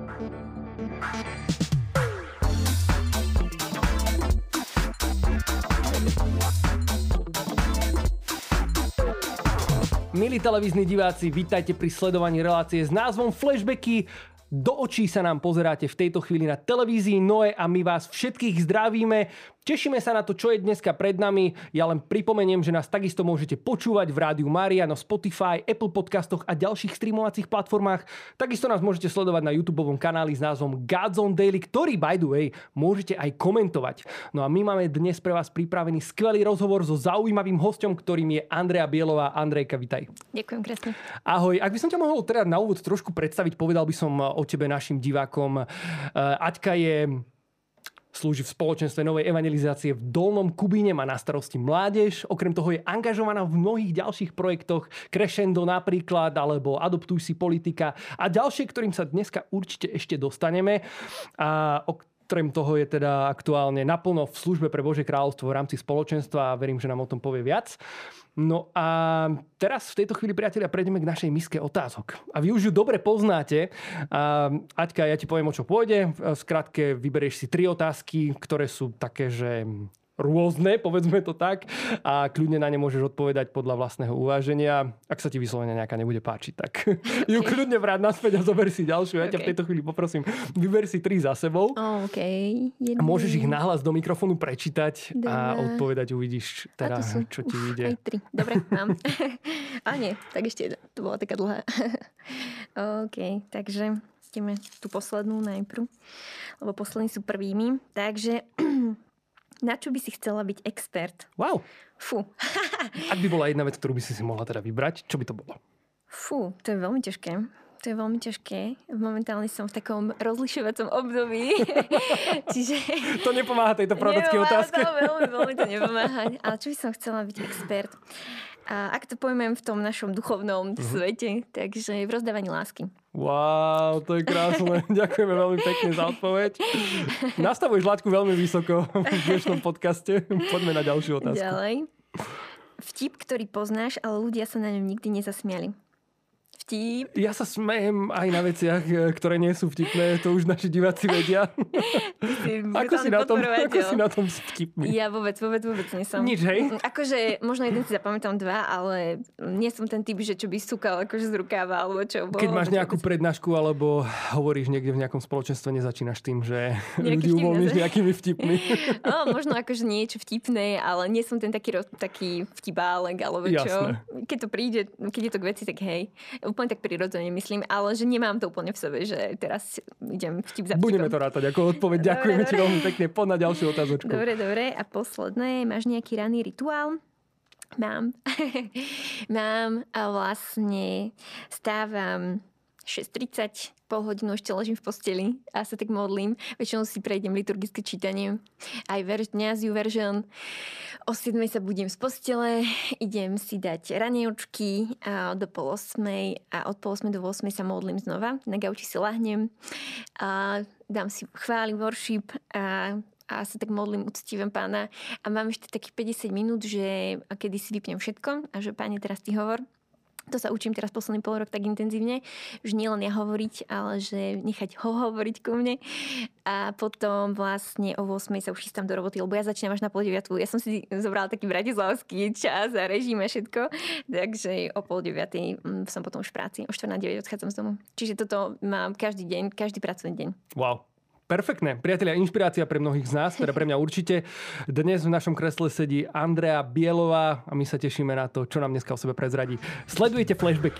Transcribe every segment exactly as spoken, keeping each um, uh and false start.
Milí televízni diváci, vítajte pri sledovaní relácie s názvom Flashbacky. Do očí sa nám pozeráte v tejto chvíli na televízii Noe a my vás všetkých zdravíme. Tešíme sa na to, čo je dneska pred nami. Ja len pripomeniem, že nás takisto môžete počúvať v Rádiu Mária, na Spotify, Apple podcastoch a ďalších streamovacích platformách. Takisto nás môžete sledovať na YouTubeovom kanáli s názvom Godzone Daily, ktorý, by the way, môžete aj komentovať. No a my máme dnes pre vás pripravený skvelý rozhovor so zaujímavým hosťom, ktorým je Andrea Bielová. Andrejka, vitaj. Ďakujem krásne. Ahoj, ak by som ťa mohol teda na úvod trošku predstaviť, povedal by som o tebe našim divákom. Aťka je... slúži v spoločenstve novej evangelizácie v Dolnom Kubíne, má na starosti mládež. Okrem toho je angažovaná v mnohých ďalších projektoch, Crescendo napríklad, alebo Adoptuj si politika a ďalšie, ktorým sa dneska určite ešte dostaneme. A okrem toho je teda aktuálne naplno v službe pre Božie kráľovstvo v rámci spoločenstva a verím, že nám o tom povie viac. No a teraz v tejto chvíli, priatelia, prejdeme k našej miske otázok. A vy už ju dobre poznáte. A Aťka, ja ti poviem, o čo pôjde. V skratke vyberieš si tri otázky, ktoré sú také, že rôzne, povedzme to tak. A kľudne na ne môžeš odpovedať podľa vlastného uváženia. Ak sa ti vyslovene nejaká nebude páčiť, tak okay. ju kľudne vráť naspäť a zober si ďalšiu. Ja okay. ťa v tejto chvíli poprosím, vyber si tri za sebou. Oh, okay. A môžeš ich nahlas do mikrofónu prečítať a odpovedať, uvidíš teda, čo ti ide. Aj tri. Dobre, mám. A nie, tak ešte to bola taká dlhá. OK, takže ideme tú poslednú najprv, lebo poslední sú prvými. Takže na čo by si chcela byť expert? Wow. Fú. Ak by bola jedna vec, ktorú by si si mohla teda vybrať, čo by to bolo? Fú, to je veľmi ťažké. To je veľmi ťažké. Momentálne som v takom rozlišovacom období. Čiže... To nepomáha tejto prorockej otázke. To veľmi, veľmi to nepomáha. Ale čo by som chcela byť expert? A ak to pojmem v tom našom duchovnom uh-huh. svete, takže v rozdávaní lásky. Wow, to je krásne. Ďakujeme veľmi pekne za odpoveď. Nastavuješ laťku veľmi vysoko v dnešnom podcaste. Poďme na ďalšiu otázku. Ďalej. Vtip, ktorý poznáš, ale ľudia sa na ňom nikdy nezasmiali. Vtip. Ja sa smejem aj na veciach, ktoré nie sú vtipné. To už naši diváci vedia. Ako si, na tom, ako si na tom s vtipmi? Ja vôbec, vôbec, vôbec nie som. Nič, hej? Akože možno jeden si zapamätám dva, ale nie som ten typ, že čo by súkal akože z rukáva, alebo čo. Keď máš nejakú prednášku, alebo hovoríš niekde v nejakom spoločenstve, nezačínaš tým, že ľudí uvoľníš nejakými vtipmi. No, možno akože niečo vtipné, ale nie som ten taký, taký vtipálek, alebo čo. Jasné. Keď to príde, keď je to k veci, tak hej. Úplne tak prirodzene myslím, ale že nemám to úplne v sebe, že teraz idem vtip za vtipom. Budeme to rátať ako odpoveď. Ďakujeme ti veľmi pekne. Poď na ďalšiu otázočku. Dobre, dobre. A posledné, máš nejaký ranný rituál? Mám. Mám a vlastne stávam šesť tridsať, pol hodinu ešte ležím v posteli a sa tak modlím. Väčšinou si prejdem liturgické čítanie. Aj verš dňa z YouVersion. O siedmej sa budím z postele, idem si dať ranejočky a do pol osmej a od pol osmej do osmej sa modlím znova. Na gauči si lahnem a dám si chvály, worship a a sa tak modlím, uctívam Pána a mám ešte takých päťdesiat minút, že kedy si vypnem všetko a že Páne, teraz ty hovor. To sa učím teraz posledný pol rok tak intenzívne, že nie len ja hovoriť, ale že nechať ho hovoriť ku mne. A potom vlastne o ôsmej sa už chystám do roboty, lebo ja začínam až na pol deviatu. Ja som si zobrala taký bratislavský čas a režim a všetko. Takže o pol deviatej som potom už v práci. O štvrť na deväť odchádzam z domu. Čiže toto mám každý deň, každý pracovný deň. Wow. Perfektné. Priatelia, inšpirácia pre mnohých z nás, teda pre mňa určite. Dnes v našom kresle sedí Andrea Bielová a my sa tešíme na to, čo nám dneska o sebe prezradí. Sledujte Flashbacky.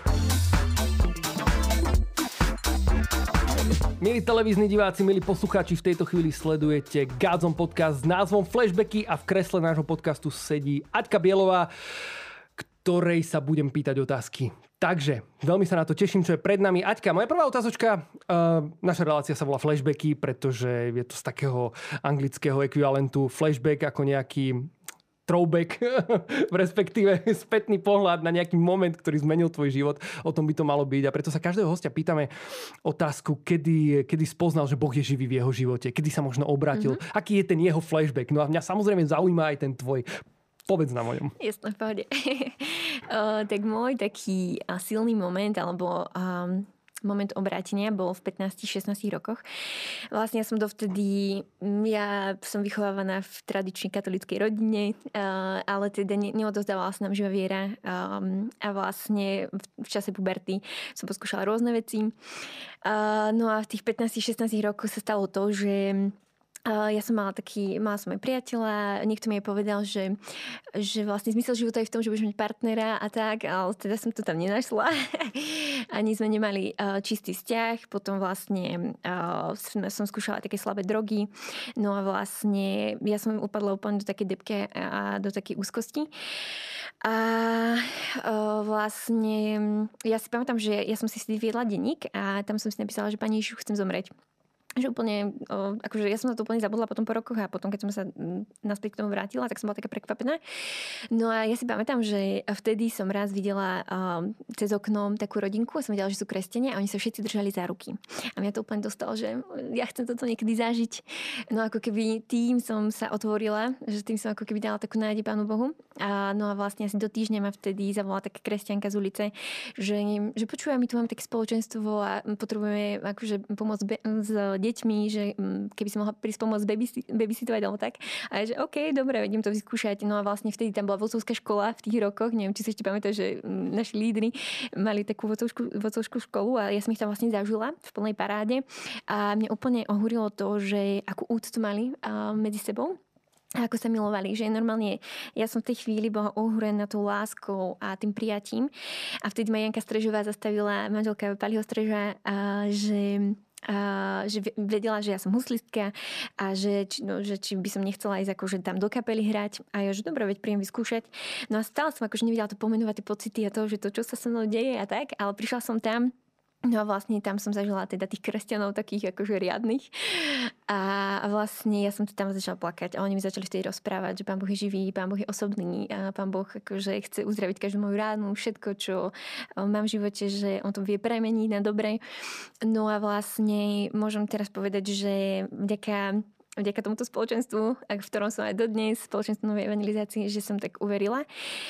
Milí televízni diváci, milí poslucháči, v tejto chvíli sledujete Godzone podcast s názvom Flashbacky a v kresle nášho podcastu sedí Aťka Bielová, ktorej sa budem pýtať otázky. Takže, veľmi sa na to teším, čo je pred nami. Aťka, moja prvá otázočka. Uh, naša relácia sa volá Flashbacky, pretože je to z takého anglického ekvivalentu flashback ako nejaký throwback, respektíve spätný pohľad na nejaký moment, ktorý zmenil tvoj život. O tom by to malo byť. A preto sa každého hostia pýtame otázku, kedy, kedy spoznal, že Boh je živý v jeho živote, kedy sa možno obrátil, mm-hmm. aký je ten jeho flashback. No a mňa samozrejme zaujíma aj ten tvoj. Povedz nám o ňom. Jasné, v pohode. uh, tak môj taký uh, silný moment, alebo um, moment obrátenia bol v pätnástich šestnástich rokoch. Vlastne ja som dovtedy, ja som vychovávaná v tradičnej katolíckej rodine, ale teda neodovzdávala sa nám živá viera a vlastne v čase puberty som poskúšala rôzne veci. No a v tých pätnástich šestnástich rokoch sa stalo to, že ja som mala taký, mala som aj priateľa, niekto mi aj povedal, že, že vlastne zmysel života je v tom, že budeš mať partnera a tak, ale teda som to tam nenašla. Ani sme nemali uh, čistý vzťah, potom vlastne uh, som skúšala také slabé drogy, no a vlastne ja som upadla úplne do takej depke a do takej úzkosti. A uh, vlastne ja si pamätám, že ja som si si viedla denník a tam som si napísala, že Pani Ježišu, chcem zomrieť. Že úplne, o, akože ja som na to úplne zabudla potom po rokoch a potom, keď som sa naspäť k tomu vrátila, tak som bola taká prekvapená. No a ja si pamätám, že vtedy som raz videla um, cez okno takú rodinku a som videla, že sú kresťania a oni sa všetci držali za ruky. A mňa to úplne dostalo, že ja chcem toto niekedy zažiť. No ako keby tým som sa otvorila, že tým som ako keby dala takú nádej Pánu Bohu. A, no a vlastne asi do týždňa ma vtedy zavolala taká kresťanka z ulice, že, že počúvaj, my tu máme také spoločenstvo a potrebujeme akože pomôcť be- s deťmi, že keby si mohla prísť pomôcť babysitovať alebo tak. A ja, že OK, dobre, idem to vyskúšať. No a vlastne vtedy tam bola vodcovská škola v tých rokoch. Neviem, či si ešte pamätáš, že naši lídri mali takú vodcovskú, vodcovskú školu a ja som ich tam vlastne zažila v plnej paráde. A mňa úplne ohúrilo to, že akú úctu mali medzi sebou. A ako sa milovali, že normálne ja som v tej chvíli bola ohúrená tou láskou a tým prijatím. A vtedy ma Janka Strežová zastavila, manželka Paliho Streža, a že... A že vedela, že ja som huslistka a že či, no, že či by som nechcela ísť akože tam do kapely hrať a ja, že dobre, veď príjem vyskúšať. No a stále som akože nevedela to pomenovať, tie pocity a to, že to, čo sa so mnou deje a tak, ale prišla som tam. No a vlastne tam som zažila teda tých kresťanov takých akože riadnych a vlastne ja som to tam začala plakať a oni mi začali vtedy rozprávať, že Pán Boh je živý, Pán Boh je osobný a Pán Boh akože chce uzdraviť každú moju ránu, všetko, čo mám v živote, že on to vie premeniť na dobre. No a vlastne môžem teraz povedať, že vďaka vďaka tomuto spoločenstvu, v ktorom som aj dodnes, spoločenstvu Novej evangelizácie, že som tak uverila.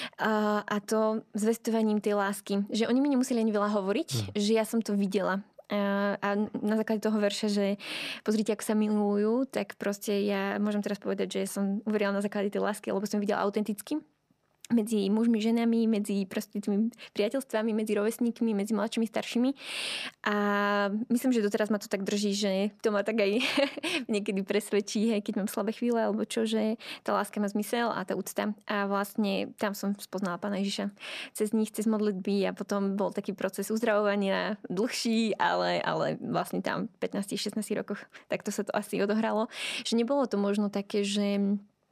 A, a to zvestovaním tej lásky. Že oni mi nemuseli ani veľa hovoriť, mm. že ja som to videla. A, a na základe toho verša, že pozrite, ako sa milujú, tak proste ja môžem teraz povedať, že som uverila na základe tej lásky, lebo som videla autenticky medzi mužmi, ženami, medzi proste tými priateľstvami, medzi rovesníkmi, medzi mladšími, staršími. A myslím, že doteraz ma to tak drží, že to ma tak aj niekedy presvedčí, hej, keď mám slabé chvíle, alebo čo, že tá láska má zmysel a tá úcta. A vlastne tam som spoznala Pána Ježiša cez nich, cez modlitby a potom bol taký proces uzdravovania dlhší, ale, ale vlastne tam v pätnástich šestnástich rokoch takto sa to asi odohralo. Že nebolo to možno také, že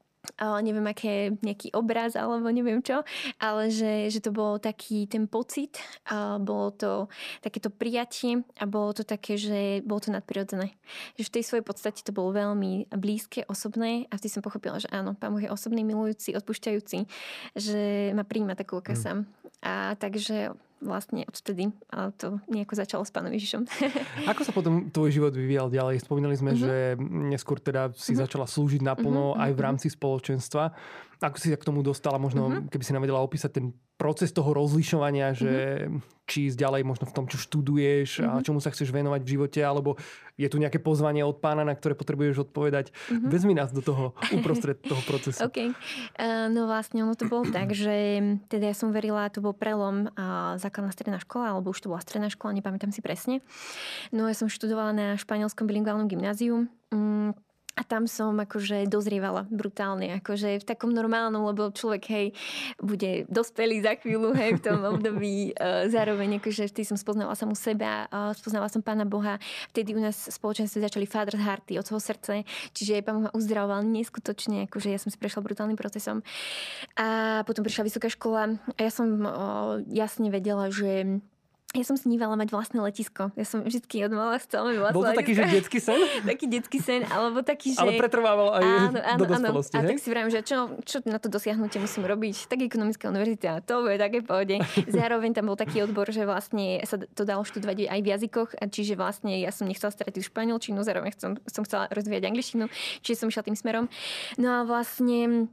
ale neviem, aké nejaký obraz alebo neviem čo, ale že, že to bol taký ten pocit a bolo to takéto prijatie a bolo to také, že bolo to nadprirodzené. Že v tej svojej podstate to bolo veľmi blízke, osobné a vtedy som pochopila, že áno, Pán Boh je osobný, milujúci, odpúšťajúci, že ma prijíma takú, aká som. A takže vlastne odtedy to nejako začalo s Pánom Ježišom. Ako sa potom tvoj život vyvíjal ďalej? Spomínali sme, uh-huh. že neskôr teda si uh-huh. začala slúžiť naplno uh-huh. aj v rámci spoločenstva. Ako si sa k tomu dostala? Možno, uh-huh. keby si nám vedela opísať ten proces toho rozlišovania, že uh-huh. či ísť ďalej možno v tom, čo študuješ uh-huh. a čomu sa chceš venovať v živote, alebo je tu nejaké pozvanie od Pána, na ktoré potrebuješ odpovedať. Uh-huh. Vezmi nás do toho, uprostred toho procesu. OK. Uh, no vlastne ono to bolo tak, že teda ja som verila, to bol prelom uh, základná stredná škola, alebo už to bola stredná škola, nepamätám si presne. No ja som študovala na španielskom bilingválnom gymnáziu. Um, A tam som akože dozrievala brutálne, akože v takom normálnom, lebo človek, hej, bude dospelý za chvíľu, hej, v tom období. Zároveň akože vtedy som spoznala samú seba, spoznala som Pána Boha. Vtedy u nás v spoločenstve začali Father's Hearty, Otcovo srdce, čiže Pán Boh ma uzdravoval neskutočne, akože ja som si prešla brutálnym procesom. A potom prišla vysoká škola a ja som jasne vedela, že ja som snívala mať vlastné letisko. Ja som vždycky od malá chcela mať vlastné letisko. Bol to letisko. taký, že detský sen? Taký detský sen, alebo taký, že... Ale pretrvával aj áno, áno, do dospelosti, áno. A tak si vravím, že čo, čo na to dosiahnutie musím robiť? Tak ekonomická univerzita, to bude také pohode. Zároveň tam bol taký odbor, že vlastne sa to dalo študovať aj v jazykoch, čiže vlastne ja som nechcela stratiť španielčinu, zároveň som, som chcela rozvíjať angličtinu, čiže som išla tým smerom. No a vlastne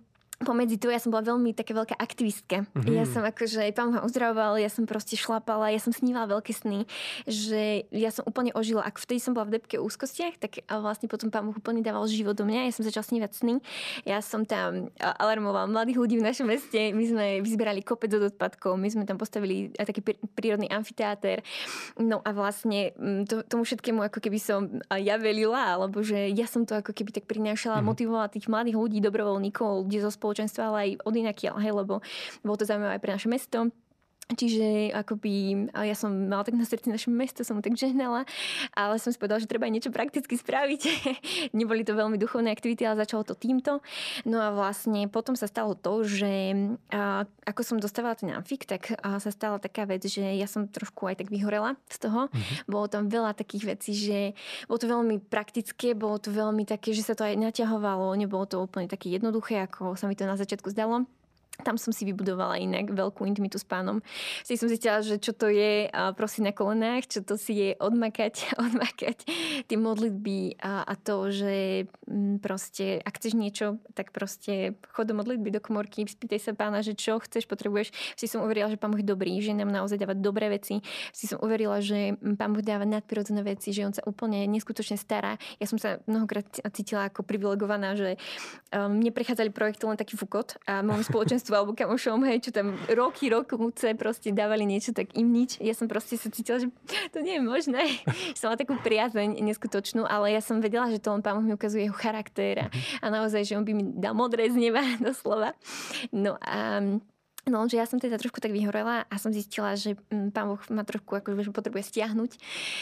pomedzi to, ja som bola veľmi taká veľká aktivistka. Mm-hmm. Ja som akože, pán ma uzdravoval, ja som proste šlapala, ja som snívala veľké sny, že ja som úplne ožila. Ak vtedy som bola v depke úzkostiach, tak vlastne potom pán Boh úplne dával život do mňa. Ja som začala snívať sny. Ja som tam alarmovala mladých ľudí v našom meste. My sme vyzberali kopec od odpadkov, my sme tam postavili taký prírodný amfiteáter. No a vlastne to, tomu všetkému ako keby som ja velila, alebo že ja som to ako keby tak prinášala, mm-hmm. motivovala tých mladých ľudí, dobrovoľníkov, ľudí zo spoločenstva, ale aj od inakiaľ, hej, lebo bolo to zaujímavé aj pre naše mesto. Čiže akoby, ja som mala tak na srdci naše mesto, som mu tak žehnala, ale som si povedala, že treba aj niečo prakticky spraviť. Neboli to veľmi duchovné aktivity, ale začalo to týmto. No a vlastne potom sa stalo to, že a, ako som dostávala ten amfik, tak a, sa stala taká vec, že ja som trošku aj tak vyhorela z toho. Mm-hmm. Bolo tam veľa takých vecí, že bolo to veľmi praktické, bolo to veľmi také, že sa to aj naťahovalo, nebolo to úplne také jednoduché, ako sa mi to na začiatku zdalo. Tam som si vybudovala inak veľkú intimitu s pánom. Si som zistila, že čo to je prosiť na kolenách, čo to si je odmakať, odmakať tie modlitby a, a to, že proste, ak chceš niečo, tak proste chod do modlitby, do komórky, spýtaj sa pána, že čo chceš, potrebuješ. Si som uverila, že pán Boh je dobrý, že nám naozaj dáva dobré veci. Si som uverila, že pán Boh dáva nadprirodzené veci, že on sa úplne neskutočne stará. Ja som sa mnohokrát cítila ako privilegovaná, že um, mne prechádzali projekty len taký fukot a môjmu spoločenstvu alebo kamošom, hej, čo tam roky, rokovúce proste dávali niečo, tak im nič. Ja som proste sa cítila, že to nie je možné. Som mala takú priazeň neskutočnú, ale ja som vedela, že to on pán mi ukazuje jeho charakter a, a naozaj, že on by mi dal modré z neba, doslova. No a No, že ja som teda trošku tak vyhorela a som zistila, že pán Boh ma trošku akože potrebuje stiahnuť.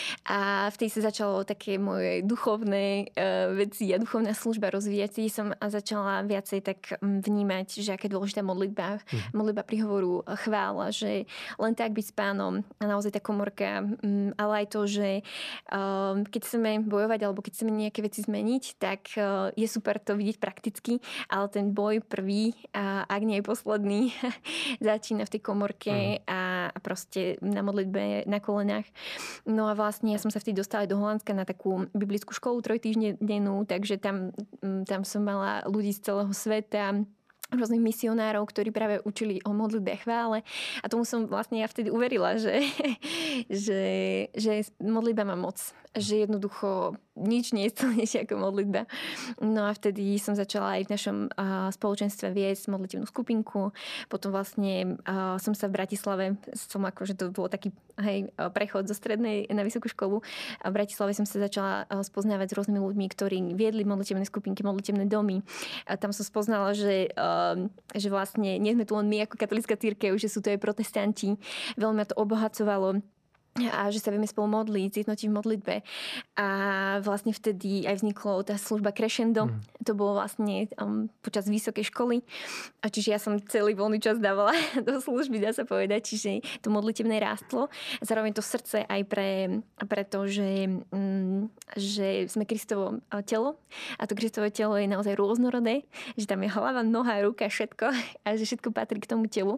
A vtedy sa začalo také moje duchovné uh, veci a duchovná služba rozvíjať. Vtedy som začala viacej tak vnímať, že aká je dôležitá modlitba, mm. modlitba prihovoru, chvála, že len tak byť s pánom a naozaj tá komorka, um, ale aj to, že uh, keď chceme bojovať alebo keď chceme nejaké veci zmeniť, tak uh, je super to vidieť prakticky, ale ten boj prvý, a ak nie je posledný, začína v tej komorke mm. a, a proste na modlitbe na kolenách. No a vlastne ja som sa vtedy dostala do Holandska na takú biblickú školu trojtýždennú, takže tam, tam som mala ľudí z celého sveta, rôznych misionárov, ktorí práve učili o modlitbe a chvále. A tomu som vlastne ja vtedy uverila, že, že, že modlitba má moc. Že jednoducho nič nie je silnejšie ako modlitba. No a vtedy som začala aj v našom uh, spoločenstve viesť modlitevnú skupinku. Potom vlastne uh, som sa v Bratislave, som akože to bolo taký hej, prechod zo strednej na vysokú školu. A v Bratislave som sa začala uh, spoznávať s rôznymi ľuďmi, ktorí viedli modlitevné skupinky, modlitevné domy. A tam som spoznala, že, uh, že vlastne nie sme tu len my ako katolícka cirkev, že sú to aj protestanti. Veľmi ma to obohacovalo. A že sa vieme spolu modliť, zjednotiť v modlitbe. A vlastne vtedy aj vzniklo tá služba Crescendo. Mm. To bolo vlastne um, počas vysokej školy. A čiže ja som celý voľný čas dávala do služby, dá sa povedať. Čiže to modlitevné rástlo. Zároveň to srdce aj pre, pre to, že, um, že sme Kristovo telo. A to Kristovo telo je naozaj rôznorodé. Že tam je hlava, noha, ruka, všetko. A že všetko patrí k tomu telu.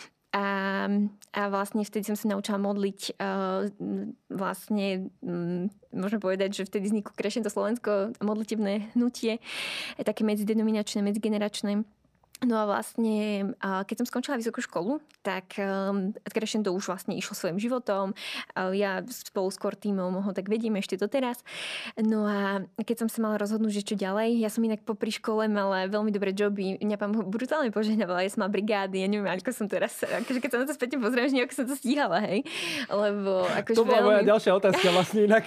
A, a vlastne vtedy som sa naučila modliť uh, vlastne, um, môžeme povedať, že vtedy vzniklo Crescendo Slovensko modlitebné hnutie, také medzidenominačné, medzigeneračné. No a vlastne, keď som skončila vysokú školu, tak Crescendo už vlastne išlo svojim životom. Ja spolu s core tímom ho tak vedím ešte to teraz. No a keď som sa mala rozhodnúť, že čo ďalej, ja som inak popri škole mala veľmi dobré joby. Mňa pán brutálne požehnávala, ja som mala brigády, ja neviem, ako som teraz, akože keď sa na to späť pozriem, že nejako som to stíhala, hej. Lebo akože to bola veľmi... moja ďalšia otázka vlastne inak.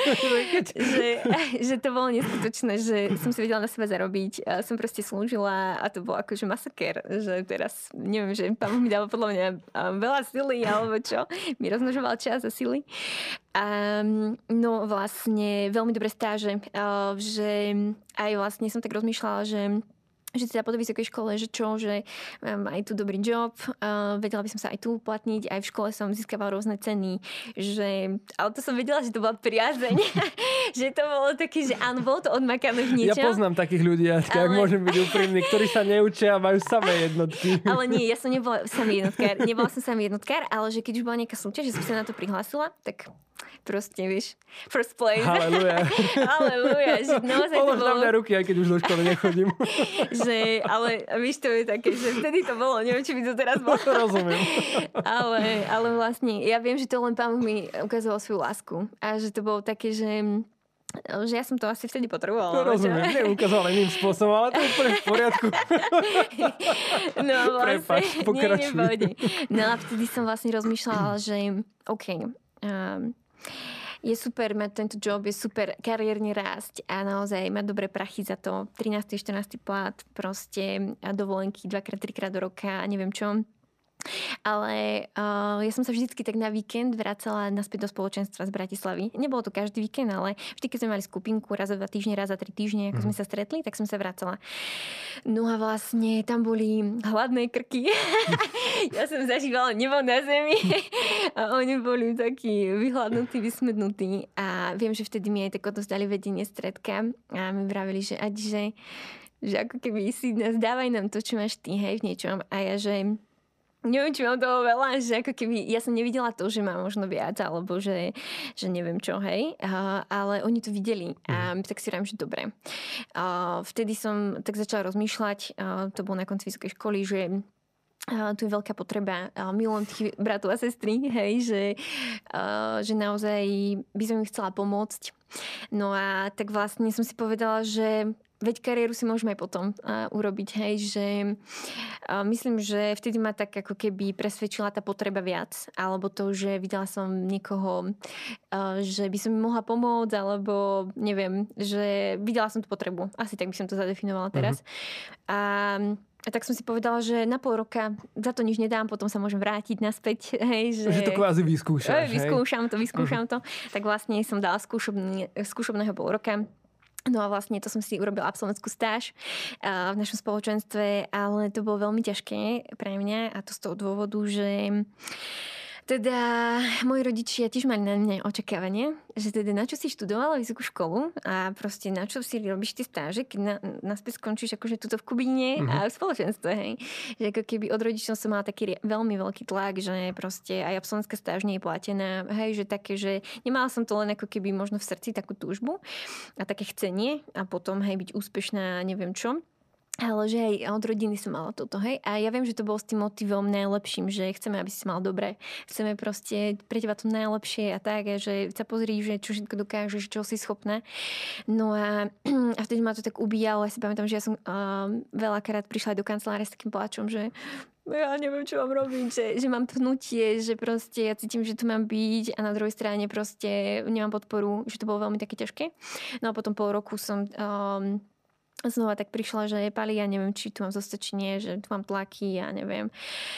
že, že to bolo neskutočné, že som si vedela na seba zarobiť. Som proste slúžila a to bolo akože masaker, že teraz, neviem, že pán mi dal podľa mňa veľa sily, alebo čo, mi rozmnožoval čas a sily. A, no vlastne veľmi dobré stáže, že aj vlastne som tak rozmýšľala, že že teda po tej vysokej škole, že čo, že mám aj tu dobrý job, uh, vedela by som sa aj tu uplatniť, aj v škole som získavala rôzne ceny, že, ale to som vedela, že to bola priazeň, že to bolo také, že áno, bolo to odmakané v niečom. Ja poznám takých ľudí, ale... ak môžem byť úprimný, ktorí sa neučia a majú samé jednotky. Ale nie, ja som nebola samý jednotkár, nebola som samý jednotkár, ale že keď už bola nejaká súťaž, že som sa na to prihlásila, tak proste, vieš, first place. Halleluja. Halleluja, že naozaj to bolo... Polož na mňa ruky, aj keď už do školy nechodím. že že, ale víš, to je také, že vtedy to bolo, neviem, či by to teraz bolo. Rozumiem. ale, ale vlastne, ja viem, že to len Pán mi ukazoval svoju lásku. A že to bolo také, že že ja som to asi vtedy potrebovala. To rozumiem, neukazoval iným spôsobom, ale to je úplne v poriadku. No vlastne, Prepáč, pokračuj. nie, nie, no a vtedy som vlastne rozmýšľala, že OK, um, je super mať tento job, je super kariérne rásť a naozaj mať dobré prachy za to. trinásty štrnásty plat, proste a dovolenky dvakrát, trikrát do roka a neviem čo. Ale uh, ja som sa vždycky tak na víkend vracala naspäť do spoločenstva z Bratislavy. Nebolo to každý víkend, ale vždy, keď sme mali skupinku raz za dva týždne, raz za tri týždne, ako mm. sme sa stretli, tak som sa vracala. No a vlastne tam boli hladné krky. Ja som zažívala nebo na zemi a oni boli takí vyhladnutí, vysmednutí. A viem, že vtedy mi aj tak odozdali vedenie stredka a mi vravili, že ať, že, že ako keby si nás, dávaj nám to, čo máš ty, hej, v niečom. A ja, že neviem, či mám toho veľa, že ako keby, ja som nevidela to, že mám možno viac, alebo že, že neviem čo, hej, uh, ale oni to videli a mm. tak si rám, že dobre. Uh, vtedy som tak začala rozmýšľať, uh, to bolo na konci vysokej školy, že uh, tu je veľká potreba, uh, milujem tých bratov a sestry, hej, že, uh, že naozaj by som im chcela pomôcť. No a tak vlastne som si povedala, že veď kariéru si môžeme aj potom uh, urobiť, hej, že uh, myslím, že vtedy ma tak ako keby presvedčila tá potreba viac, alebo to, že videla som niekoho, uh, že by som mi mohla pomôcť, alebo neviem, že videla som tú potrebu. Asi tak by som to zadefinovala teraz. Uh-huh. A A tak som si povedala, že na pol roka za to nič nedám, potom sa môžem vrátiť naspäť. Hej, že... že to kvázi vyskúšaš, hej? Vyskúšam to, vyskúšam uh-huh. to. Tak vlastne som dala skúšobný, skúšobného pol roka. No a vlastne to som si urobila absolventskú stáž uh, v našom spoločenstve, ale to bolo veľmi ťažké pre mňa a to z toho dôvodu, že teda moji rodičia tiež mali na mňa očakávanie, že teda na čo si študovala vysokú školu a proste na čo si robíš tie stáže, keď na, naspäť skončíš akože tuto v Kubíne mm-hmm. a v spoločenstve, hej. Že ako keby od rodičov som mala taký veľmi veľký tlak, že proste aj absolventská stáž nie je platená, hej, že také, že nemala som to len ako keby možno v srdci takú túžbu a také chcenie a potom, hej, byť úspešná, neviem čo. Ale že aj od rodiny som mala toto, hej. A ja viem, že to bolo s tým motivom najlepším, že chceme, aby si mal dobre. Chceme proste pre teba to najlepšie a tak, a že sa pozri, že čo všetko dokážeš, čo si schopná. No a, a vtedy ma to tak ubíjalo. Ja si pamätám, že ja som uh, veľakrát prišla aj do kancelárie s takým pláčom, že ja neviem, čo mám robiť, že, že mám pnutie, že proste ja cítim, že tu mám byť a na druhej strane proste nemám podporu, že to bolo veľmi také ťažké. No a potom pol roku som um, znova tak prišla, že Pali, ja neviem, či tu mám zostať, či nie, že tu mám tlaky, ja neviem.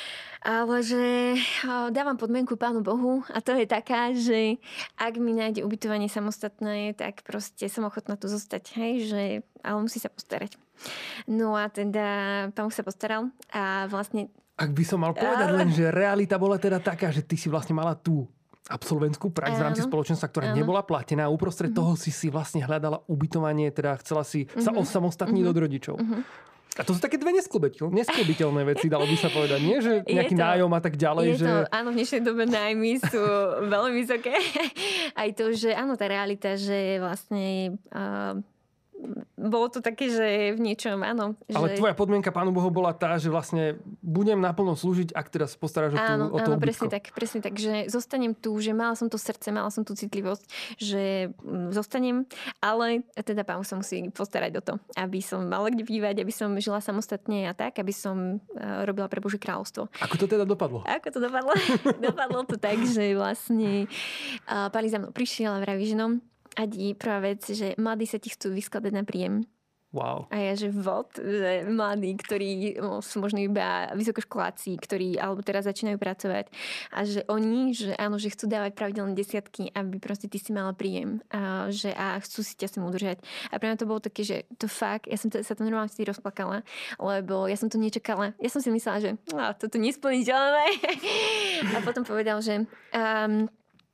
Ale že dávam podmienku Pánu Bohu a to je taká, že ak mi nájde ubytovanie samostatné, tak proste som ochotná tu zostať, hej, že, ale musí sa postarať. No a teda Pán sa postaral a vlastne... Ak by som mal povedať len, že realita bola teda taká, že ty si vlastne mala tú absolventskú prax v rámci spoločenstva, ktorá áno. nebola platená. Uprostred mm-hmm. toho si si vlastne hľadala ubytovanie, teda chcela si mm-hmm. sa osamostatniť mm-hmm. od rodičov. Mm-hmm. A to sú také dve nesklubiteľné veci, dalo by sa povedať, nie? Že nejaký to, nájom a tak ďalej. Je že... to, áno, v dnešnej dobe nájmy sú veľmi vysoké. Aj to, že áno, tá realita, že vlastne... Uh, bolo to také, že v niečom, áno. Že... Ale tvoja podmienka Pánu Bohu bola tá, že vlastne budem naplno slúžiť, ak teraz postaráš o, tú, áno, o to áno, presne tak, presne tak, že zostanem tu, že mala som to srdce, mala som tú citlivosť, že zostanem, ale teda Pán sa musí postarať o to, aby som mala kde bývať, aby som žila samostatne a tak, aby som robila pre Božie kráľovstvo. Ako to teda dopadlo? Ako to dopadlo? Dopadlo to tak, že vlastne Pali za mnou prišiel a vraví, že no, Adi, prvá vec, že mladí sa ti chcú vyskladať na príjem. Wow. A ja, že vod, že mladí, ktorí no, sú možno iba vysokoškoláci, ktorí alebo teraz začínajú pracovať a že oni, že áno, že chcú dávať pravidelné desiatky, aby proste ty si mala príjem a, že, a chcú si ťa sem udržať. A pre mňa to bolo také, že to fakt, ja som to, sa to normálne vtedy rozplakala, lebo ja som to nečakala. Ja som si myslela, že á, toto nesplniteľné. A potom povedal, že um,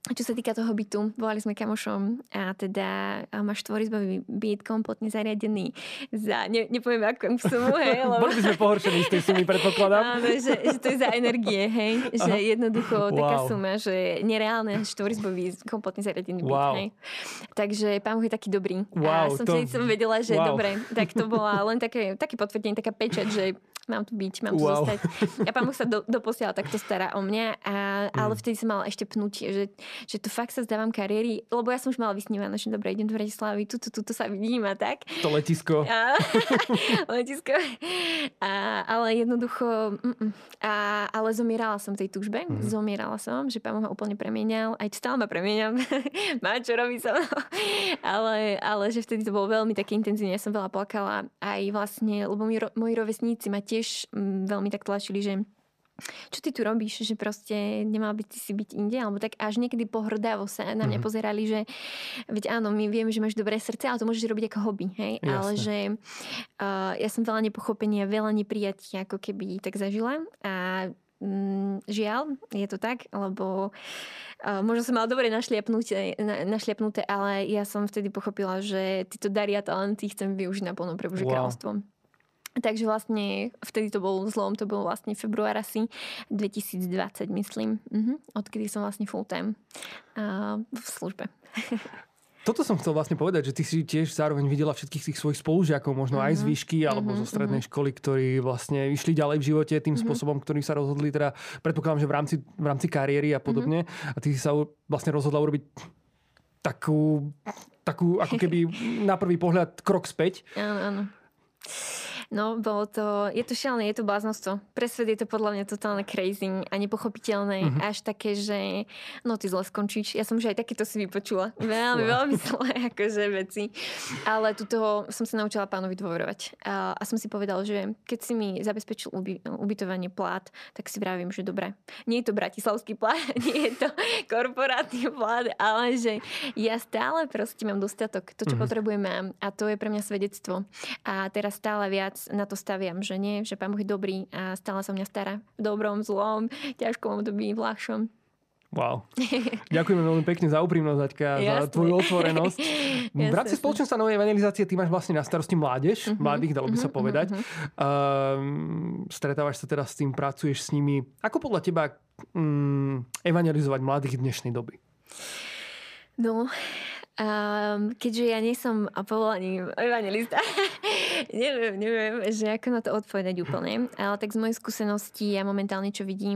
čo sa týka toho bytu, volali sme kamošom a teda a máš štvorizbový byt kompletne zariadený za, ne, nepoviem akú sumu, hej. Lebo... Boli by sme pohoršení z tej sumy, predpokladám. Áno, že, že to je za energie, hej. Že Aha. jednoducho wow. taká suma, že nereálne štvorizbový kompletne zariadený byt, wow. hej. Takže pán Boh je taký dobrý. Wow, a som to... vtedy som vedela, že wow. dobre, tak to bola len také, také potvrdenie, taká pečať, že mám tu byť, mám tu wow. zostať. A pán Boh sa do, doposiaľ takto stará o mňa, a, ale mm. vtedy som mala ešte pnutie, že, že to fakt sa zdávam kariéry, lebo ja som už mala vysnívané, že dobre, idem do Bratislavy, tu, tu, tu, tu sa vidím a tak. To letisko. A, letisko. A, ale jednoducho, mm, a, ale zomierala som tej túžbe, mm. zomierala som, že pán Boh ma úplne premienial, aj stále ma premieniam, má čo robí so mnou. ale, ale že vtedy to bolo veľmi také intenzívne, ja som veľa plakala, aj vlastne, lebo moji, moji rovesníci ma tiež mm, veľmi tak tlačili, že čo ty tu robíš, že proste nemal by ty si byť inde, alebo tak až niekedy pohrdavo sa na mňa mm. pozerali, že veď áno, my vieme, že máš dobré srdce, ale to môžeš robiť ako hobby, hej, jasne. Ale že uh, ja som veľa nepochopenia, veľa neprijatia ako keby tak zažila a mm, žiaľ, je to tak, lebo uh, možno som mala dobre našliapnuté, na, našliapnuté, ale ja som vtedy pochopila, že títo dary a talenty chcem využiť naplno pre Božie wow. kráľovstvo. Takže vlastne vtedy to bol zlom, to bol vlastne február asi dvetisícdvadsať, myslím. Mhm. Odkedy som vlastne full time uh, v službe. Toto som chcel vlastne povedať, že ty si tiež zároveň videla všetkých tých svojich spolužiakov, možno mm-hmm. aj z výšky, alebo mm-hmm. zo strednej mm-hmm. školy, ktorí vlastne išli ďalej v živote tým mm-hmm. spôsobom, ktorý sa rozhodli, teda predpokladám, že v rámci, v rámci kariéry a podobne. Mm-hmm. A ty si sa vlastne rozhodla urobiť takú, takú ako keby na prvý pohľad krok späť. Áno, áno. No, bolo to, je to šialené, je to bláznostvo. Pre svet je to podľa mňa totálne crazy a nepochopiteľné. Mm-hmm. Až také, že no ty zle skončíš. Ja som už aj takéto si vypočula. Veľmi, wow. veľmi zlé akože veci. Ale tuto som sa naučila pánovi dôverovať. A, a som si povedal, že keď si mi zabezpečil uby, ubytovanie plát, tak si vravím, že dobre. Nie je to bratislavský plát, nie je to korporátny plát, ale že ja stále proste mám dostatok. To, čo mm-hmm. potrebujem, mám. A to je pre mňa svedectvo. A teraz stále viac na to staviam, že nie, že Pán Boh je dobrý a stále sa mňa stará v dobrom, zlom, ťažkom období, v ľahšom. Wow. Ďakujeme veľmi pekne za úprimnosť, Aťka, za tvoju otvorenosť. V rámci spoločenstva novej evangelizácie ty máš vlastne na starosti mládež, uh-huh, mladých, dalo by sa uh-huh, povedať. Uh-huh. Uh, stretávaš sa teraz s tým, pracuješ s nimi. Ako podľa teba um, evangelizovať mladých v dnešnej doby? No... Um, keďže ja nie som povolaním evangelista, neviem, neviem, že ako na to odpovedať úplne, ale tak z mojej skúsenosti ja momentálne čo vidím,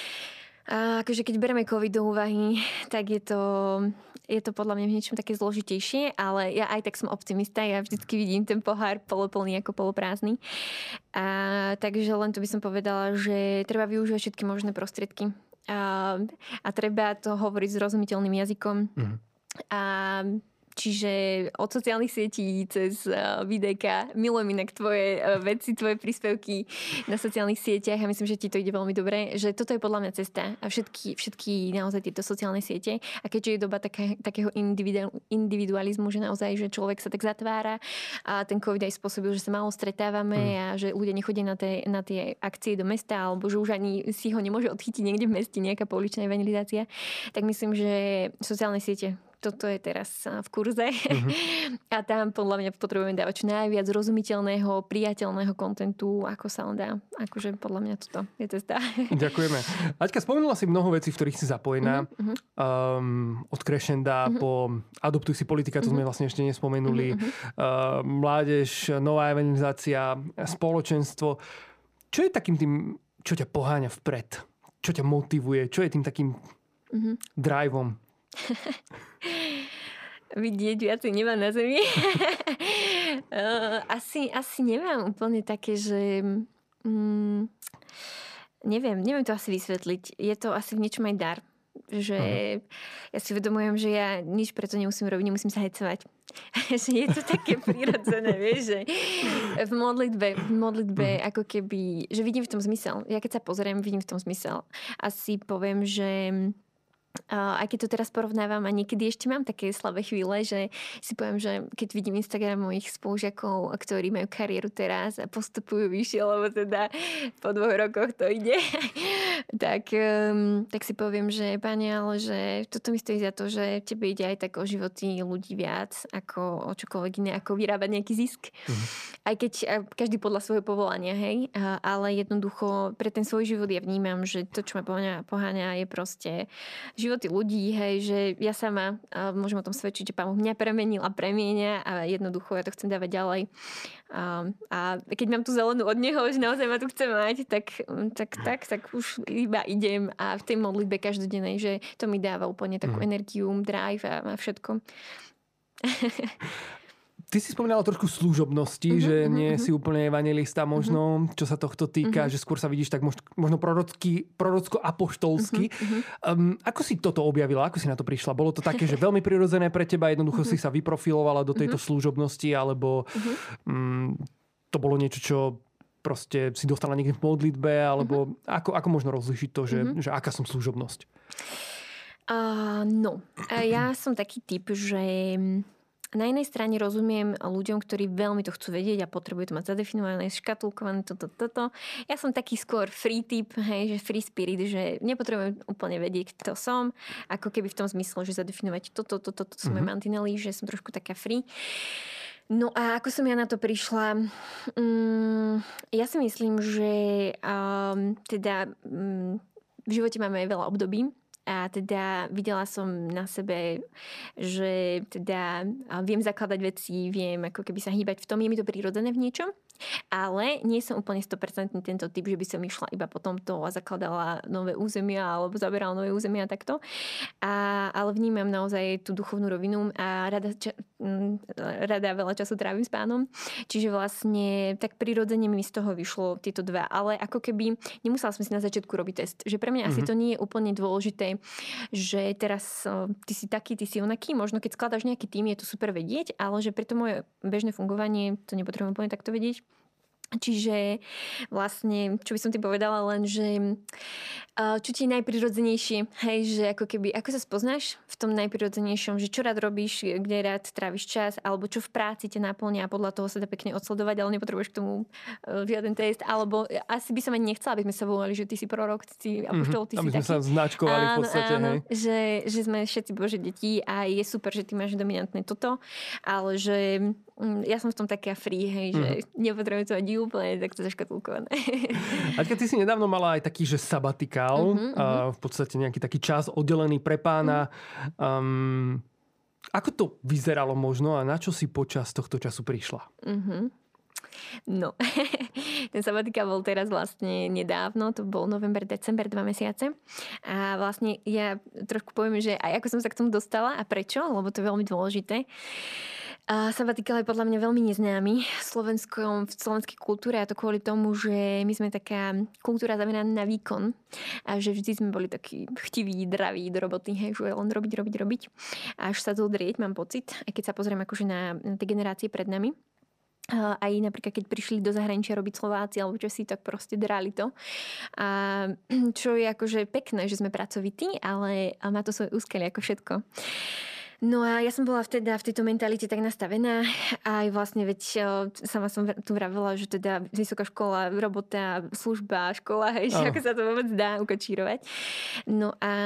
a akože keď bereme COVID do úvahy, tak je to, je to podľa mňa v niečom také zložitejšie, ale ja aj tak som optimista, ja vždycky vidím ten pohár poloplný ako poloprázdny. A, takže len to by som povedala, že treba využívať všetky možné prostriedky a, a treba to hovoriť zrozumiteľným jazykom. Mhm. A čiže od sociálnych sietí cez uh, videjka, milujem inak tvoje uh, veci, tvoje príspevky na sociálnych sieťach a myslím, že ti to ide veľmi dobre, že toto je podľa mňa cesta a všetky, všetky naozaj tieto sociálne siete a keďže je doba také, takého individu, individualizmu, že naozaj, že človek sa tak zatvára a ten COVID aj spôsobil, že sa málo stretávame mm. a že ľudia nechodia na tie, na tie akcie do mesta alebo že už ani si ho nemôže odchytiť niekde v meste nejaká pouličná evangelizácia, tak myslím, že sociálne siete toto je teraz v kurze uh-huh. a tam podľa mňa potrebujeme dávať čo najviac rozumiteľného, priateľného kontentu, ako sa len dá. Akože podľa mňa toto je cesta. Ďakujeme. Aťka, spomenula si mnoho vecí, v ktorých si zapojená. Uh-huh. Um, od Crescenda uh-huh. po Adoptuj si politika, to uh-huh. sme vlastne ešte nespomenuli. Uh-huh. Uh, mládež, nová evangelizácia, spoločenstvo. Čo je takým tým, čo ťa poháňa vpred? Čo ťa motivuje? Čo je tým takým uh-huh. driveom? Vidieť viacej neba na zemi. asi, asi nemám úplne také, že mm, neviem, neviem to asi vysvetliť. Je to asi v niečom aj dar. Že uh-huh. ja si uvedomujem, že ja nič preto nemusím robiť, nemusím sa hecovať. Že je to také prirodzené, vieš, že v modlitbe, v modlitbe uh-huh. ako keby, že vidím v tom zmysel. Ja keď sa pozriem, vidím v tom zmysel. Asi poviem, že Uh, aj keď to teraz porovnávam a niekedy ešte mám také slabé chvíle, že si poviem, že keď vidím Instagram mojich spolužiakov, ktorí majú kariéru teraz a postupujú vyššie, lebo teda po dvoch rokoch to ide, tak, um, tak si poviem, že pani, ale že toto mi stojí za to, že tebe ide aj tak o životy ľudí viac ako o čokoľvek iné, ako vyrábať nejaký zisk. Mhm. Aj keď každý podľa svojho povolania, hej, ale jednoducho pre ten svoj život ja vnímam, že to, čo ma poháňa, poháňa je proste životy ľudí, hej, že ja sama uh, môžem o tom svedčiť, že Pán Boh mňa premenil a premieňa a jednoducho ja to chcem dávať ďalej. Uh, a keď mám tú zelenú od neho, že naozaj ma tu chce mať, tak, tak, tak, tak už iba idem a v tej modlitbe každodennej, že to mi dáva úplne takú mm. energiu, drive a, a všetko. Ty si spomínala trošku služobnosti, uh-huh, že nie uh-huh. si úplne evangelista možno, uh-huh. čo sa tohto týka, uh-huh. že skôr sa vidíš tak možno, možno prorocky, prorocko-apoštolsky. Uh-huh. Um, ako si toto objavila? Ako si na to prišla? Bolo to také, že veľmi prirodzené pre teba, jednoducho uh-huh. si sa vyprofilovala do tejto uh-huh. služobnosti, alebo uh-huh. um, to bolo niečo, čo proste si dostala niekde v modlitbe, alebo uh-huh. ako, ako možno rozlišiť to, že, uh-huh. že aká som služobnosť? Uh, no, ja som taký typ, že na jednej strane rozumiem ľuďom, ktorí veľmi to chcú vedieť a potrebujú to mať zadefinované, škatulkované, toto, toto. Ja som taký skôr free typ, hej, že free spirit, že nepotrebujem úplne vedieť, kto som, ako keby v tom zmysle, že zadefinovať toto, toto, toto sú moje mm-hmm. mantinely, že som trošku taká free. No a ako som ja na to prišla? Um, ja si myslím, že um, teda um, v živote máme veľa období. A teda videla som na sebe, že teda viem zakladať veci, viem ako keby sa hýbať v tom, je mi to prirodzené v niečom. Ale nie som úplne sto percent tento typ, že by som išla iba po tomto a zakladala nové územia alebo zaberala nové územia a takto. A, ale vnímam naozaj tú duchovnú rovinu a rada, ča, rada veľa času trávim s Pánom. Čiže vlastne tak prirodzene mi z toho vyšlo tieto dva. Ale ako keby nemusela som si na začiatku robiť test. Že pre mňa mm-hmm. asi to nie je úplne dôležité, že teraz ty si taký, ty si onaký. Možno keď skladáš nejaký tým, je to super vedieť, ale že pre to moje bežné fungovanie to nepotrebujem úplne takto vedieť. Čiže vlastne, čo by som ti povedala, len, že čo ti je najprirodzenejšie, hej, že ako keby, ako sa spoznáš v tom najprirodzenejšom, že čo rád robíš, kde rád tráviš čas, alebo čo v práci ťa naplňa a podľa toho sa dá pekne odsledovať, ale nepotrebuješ k tomu žiaden test, alebo asi by som ani nechcela, aby sme sa volali, že ty si prorok, ty si apoštol, ty mm-hmm, si taký. Aby sme sa značkovali v podstate, áno, hej. Že, že sme všetci Božie deti a je super, že ty máš dominantné toto, ale že ja som v tom taká free, hej, že mm. nepotrebujem to ani úplne takto zaškatulkované. Aťka, ty si nedávno mala aj taký, že sabatikál, mm-hmm, uh, v podstate nejaký taký čas oddelený pre Pána. Mm. Um, ako to vyzeralo možno a na čo si počas tohto času prišla? Mm-hmm. No, ten sabatikál bol teraz vlastne nedávno, to bol november, december, dva mesiace. A vlastne ja trošku poviem, že aj ako som sa k tomu dostala a prečo, lebo to je veľmi dôležité. A sabatikál je podľa mňa veľmi neznámy v, slovenskom, v slovenskej kultúre a to kvôli tomu, že my sme taká kultúra zameraná na výkon a že vždy sme boli takí chtiví, draví do roboty, hej, že len robiť, robiť, robiť. Až sa dodrieť, mám pocit, aj keď sa pozriem akože na, na tie generácie pred nami. Aj napríklad, keď prišli do zahraničia robiť Slováci alebo čo si, tak proste drali to. A čo je akože pekné, že sme pracovití, ale má to svoje úskalie ako všetko. No a ja som bola vtedy v tejto mentalite tak nastavená a aj vlastne veď sama som tu vravela, že teda vysoká škola, robota, služba, škola, hej, že ako sa to vôbec dá ukočírovať. No a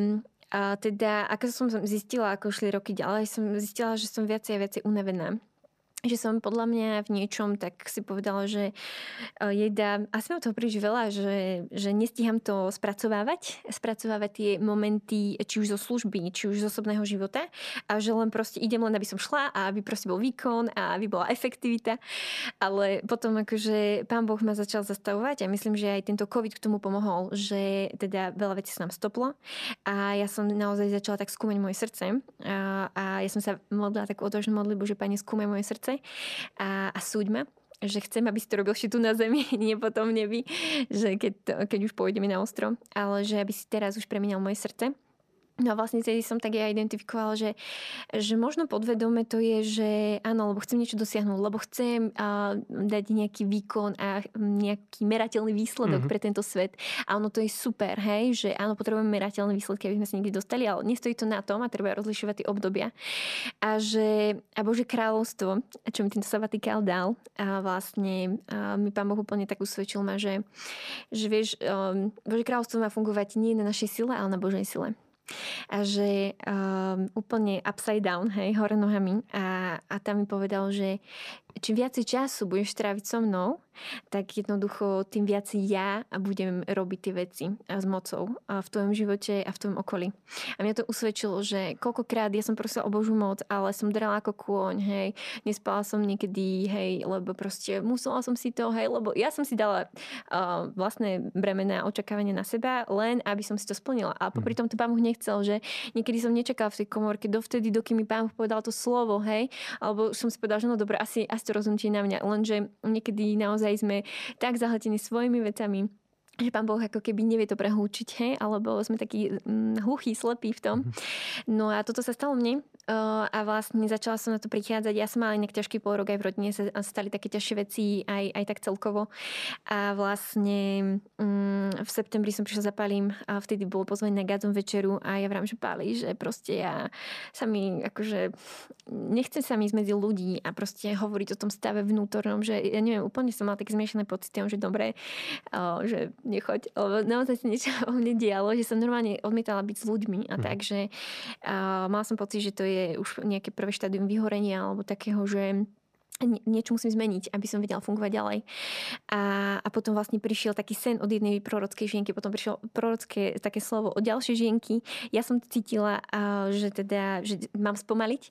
A teda, ako som zistila, ako šli roky ďalej, som zistila, že som viacej a viacej unavená. Že som podľa mňa v niečom tak si povedala, že jej dá, asi mám toho príliš veľa, že, že nestíham to spracovávať, spracovávať tie momenty, či už zo služby, či už z osobného života a že len proste idem len, aby som šla a aby proste bol výkon a aby bola efektivita. Ale potom akože Pán Boh ma začal zastavovať a myslím, že aj tento COVID k tomu pomohol, že teda veľa vecí sa nám stoplo a ja som naozaj začala tak skúmať moje srdce a, a ja som sa modlila takú odvážnu modlitbu, že Pane, skúmaj moje srdce a, a súď ma, že chcem, aby si to robil ešte tu na zemi, nie potom v nebi, že keď, to, keď už pôjdeme na ostro, ale že aby si teraz už premienial moje srdce. No a vlastne tedy som tak ja identifikovala, že, že možno podvedome to je, že áno, lebo chcem niečo dosiahnuť, lebo chcem uh, dať nejaký výkon a nejaký merateľný výsledok mm-hmm. pre tento svet. A ono to je super, hej, že áno, potrebujeme merateľné výsledky, aby sme sa niekde dostali, ale nestojí to na tom a treba rozlišovať tie obdobia. A že a Božie kráľovstvo, čo mi tento sabatikál dal, a vlastne a mi Pán Boh úplne tak usvedčil ma, že, že vieš, um, Božie kráľovstvo má fungovať nie na našej sile, ale na Božej sile. A že um, úplne upside down, hej, hore nohami. A, a tam mi povedal, že čím viacej času budeš tráviť so mnou, tak jednoducho tým viac ja budem robiť tie veci s mocou v tvojom živote a v tvojom okolí. A mňa to usvedčilo, že koľkokrát ja som prosila o Božú moc, ale som drala ako kôň, hej, nespala som niekedy, hej, lebo proste musela som si to, hej, lebo ja som si dala uh, vlastné bremená očakávanie na seba, len aby som si to splnila. A popri tom to Pán Boh nechcel, že niekedy som nečakala v tej komórke dovtedy, dokým mi Pán Boh povedal to slovo, hej, alebo som si povedala, že no dobre, asi, asi to rozhodnutie na mňa, lenže niekedy naozaj sme tak zahltení svojimi vecami, že Pán Boh ako keby nevie to prehúčiť, hej? Alebo sme takí hm, hluchí, slepí v tom. No a toto sa stalo mne uh, a vlastne začala som na to prichádzať. Ja som mala inak ťažký pol rok, aj v rodine sa stali také ťažšie veci, aj, aj tak celkovo. A vlastne um, v septembri som prišla za Pálim a vtedy bolo pozvanie na Gádzom večeru a ja vrám, že Páli, že proste ja sa mi akože nechcem sa mi ísť medzi ľudí a proste hovoriť o tom stave vnútornom, že ja neviem, úplne som mala také zmiešané pocity, že dobre, uh, že nechoď, lebo naozaj sa niečo o mne dialo, že som normálne odmietala byť s ľuďmi a mm. tak, že uh, mala som pocit, že to je už nejaké prvé štádium vyhorenia alebo takého, že niečo musím zmeniť, aby som vedela fungovať ďalej. A, a potom vlastne prišiel taký sen od jednej prorockej žienky, potom prišlo prorocké také slovo od ďalšej žienky. Ja som cítila, že teda, že mám spomaliť.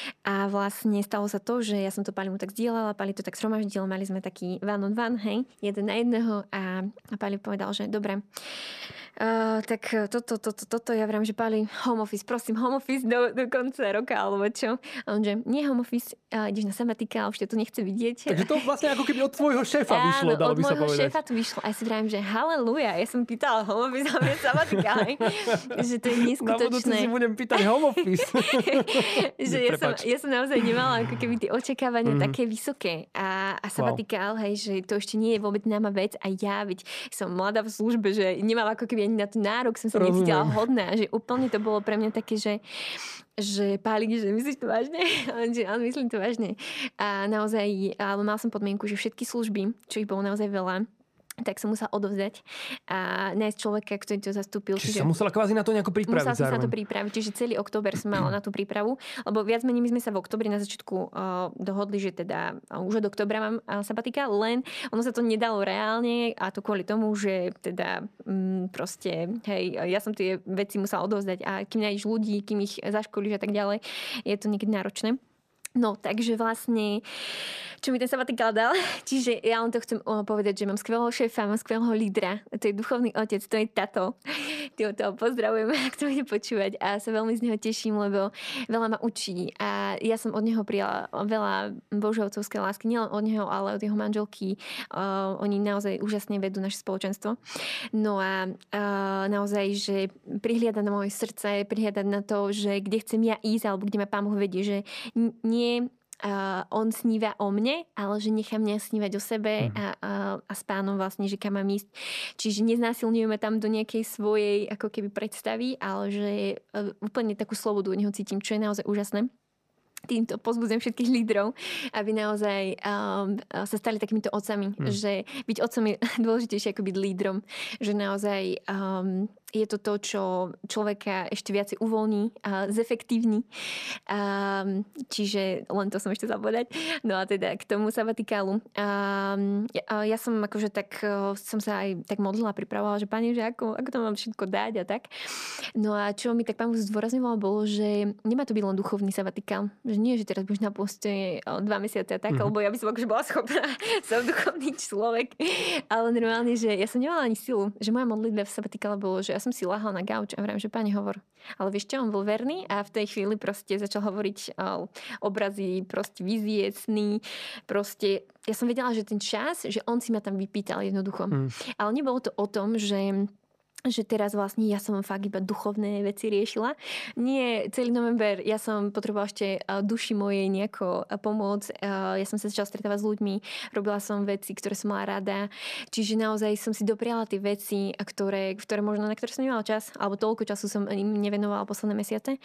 A vlastne stalo sa to, že ja som to Pálimu tak zdieľala, Páli to tak zhromaždil, mali sme taký one on one, hej, jeden na jedného a, a Páli povedal, že dobre, Uh, tak toto, toto, toto, ja vrám, že Páli, home office, prosím, home office do, do konca roka, alebo čo. A on, že nie home office, uh, ideš na sabatika, už ťa to nechce vidieť. Takže to vlastne ako keby od tvojho šéfa vyšlo, dalo by sa povedať. Áno, od môjho šéfa to vyšlo. A ja si vrám, že haleluja, ja som pýtala home office, a mňa sabatika, že to je neskutočné. Na budúci si budem pýtať home office. Že ja som, ja som naozaj nemala ako keby tie očakávania mm. také vysoké. A, a sabatikál, wow. Hej, že to ešte nie je vôbec náma vec a ja, veď som mladá v službe, že nemám ako keby ani na ten nárok, som sa necítila hodná, že úplne to bolo pre mňa také, že že Páli, že myslíš to vážne? Že áno, myslím to vážne. A naozaj, ale mal som podmienku, že všetky služby, čo ich bolo naozaj veľa, tak som musela odovzdať a nájsť človeka, ktorý to zastúpil. Čiže, čiže sa musela kvázi na to nejako pripraviť. Musela som zároveň. sa to pripraviť, čiže celý október som mala na tú prípravu, lebo viac menej my sme sa v októbri na začiatku uh, dohodli, že teda uh, už od októbra mám uh, sabatika, len ono sa to nedalo reálne a to kvôli tomu, že teda um, proste, hej, ja som tie veci musela odovzdať a kým nájdeš ľudí, kým ich zaškolíš a tak ďalej, je to niekedy náročné. No, takže vlastne, čo mi ten sabatikál dal, čiže ja len to chcem povedať, že mám skvelého šéfa, mám skvelého lídra, to je duchovný otec, to je tato. Ty ho toho pozdravujem, ak to bude počúvať a sa veľmi z neho teším, lebo veľa ma učí a ja som od neho prijala veľa Božej otcovskej lásky, nielen od neho, ale od jeho manželky. Uh, oni naozaj úžasne vedú naše spoločenstvo. No a uh, naozaj, že prihliadať na moje srdce, prihliadať na to, že kde chcem ja ísť, alebo kde ma Pán Boh vedie, že nie Uh, on sníva o mne, ale že nechá mňa snívať o sebe mm. a, a, a s Pánom vlastne, že kam mám ísť. Čiže neznásilňujeme tam do nejakej svojej ako keby predstavy, ale že uh, úplne takú slobodu od neho cítim, čo je naozaj úžasné. Týmto pozbudzujem všetkých lídrov, aby naozaj um, sa stali takýmito otcami. Mm. Že byť otcom je dôležitejšie ako byť lídrom. Že naozaj um, je to to, čo človeka ešte viacej uvoľní a zefektívni. Um, čiže len to som ešte zapovedať. No a teda k tomu sabatikálu. Um, ja, ja som akože tak som sa aj tak modlila, pripravovala, že Pane, že ako, ako to mám všetko dať a tak. No a čo mi tak Pán zdôrazňoval, bolo, že nemá to byť len duchovný sabatikál. Že nie, že teraz budeš na poste dva mesiace a tak, mm-hmm. lebo ja by som akože bola schopná sa duchovný človek. Ale normálne, že ja som nemala ani silu. Že moja modlitba v sabatikále bolo, že ja som si lahla na gauč a vrám, že Pane, hovor. Ale vieš čo, on bol verný a v tej chvíli proste začal hovoriť o, obrazy, proste vízie, sny. Proste ja som vedela, že ten čas, že on si ma tam vypýtal jednoducho. Mm. Ale nebolo to o tom, že že teraz vlastne ja som fakt iba duchovné veci riešila. Nie, celý november ja som potrebovala ešte duši mojej nejako pomôcť. Ja som sa začala stretávať s ľuďmi, robila som veci, ktoré som mala rada. Čiže naozaj som si dopriala tie veci, ktoré, ktoré možno, na ktoré som nemala čas, alebo toľko času som im nevenovala posledné mesiace.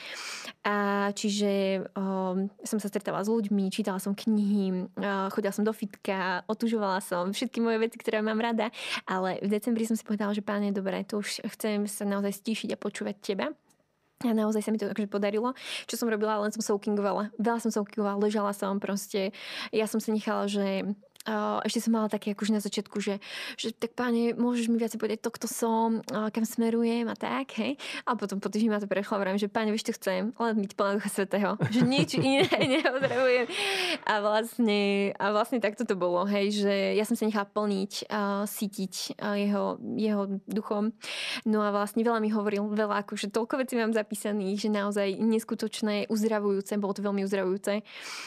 A čiže um, som sa stretávala s ľuďmi, čítala som knihy, uh, chodila som do fitka, otužovala som všetky moje veci, ktoré mám rada. Ale v decembri som si povedala, že páne, dobre, to už chcem sa naozaj stíšiť a počúvať teba. A naozaj sa mi to takže podarilo. Čo som robila? Len som soakingovala. Veľa som soakingovala, ležala som proste. Ja som sa nechala, že Uh, ešte som mala také akože na začiatku, že, že tak páne, môžeš mi viac povedať to, kto som, uh, kam smerujem a tak, hej. A potom po týždni ma to prešlo a vravím, že páne, vieš, čo chcem? Len byť plná Ducha Svätého. Že nič iné nepotrebujem. A vlastne, a vlastne takto to bolo, hej, že ja som sa nechala plniť, uh, sítiť uh, jeho, jeho duchom. No a vlastne veľa mi hovoril, veľa akože toľko vecí mám zapísaných, že naozaj neskutočné, uzdravujúce, bolo to veľmi uzdravujúce.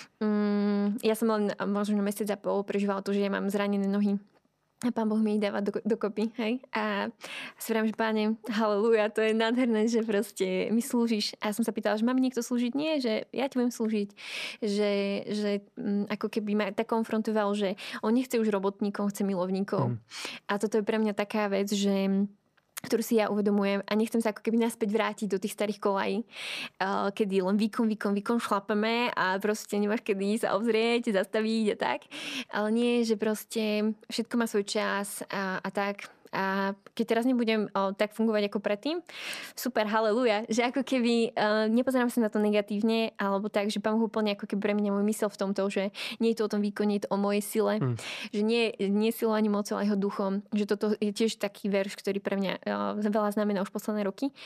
Um, ja som len možno mesiac a pol prežívala to, že ja mám zranené nohy. A Pán Boh mi ich dáva do, dokopy, hej. A si vrám, že páne, halleluja, to je nádherné, že proste mi slúžiš. A ja som sa pýtala, že mám niekto slúžiť? Nie, že ja ti budem slúžiť. Že, že m, ako keby ma tak konfrontoval, že on nechce už robotníkov, chce milovníkov. Mm. A toto je pre mňa taká vec, že ktorú si ja uvedomujem a nechcem sa ako keby naspäť vrátiť do tých starých kolají, kedy len výkon, výkon, výkon šlapeme a proste nemáš kedy sa obzrieť, zastaviť a tak. Ale nie, že proste všetko má svoj čas a, a tak. A keď teraz nebudem o, tak fungovať ako predtým, super, haleluja, že ako keby uh, nepozerám sa na to negatívne, alebo tak, že Pán Boh úplne ako keby pre mňa môj mysel v tomto, že nie je to o tom výkone, je to o mojej sile, hmm. že nie, nie silou ani mocou, ale jeho duchom, že toto je tiež taký verš, ktorý pre mňa uh, veľa znamená už posledné roky.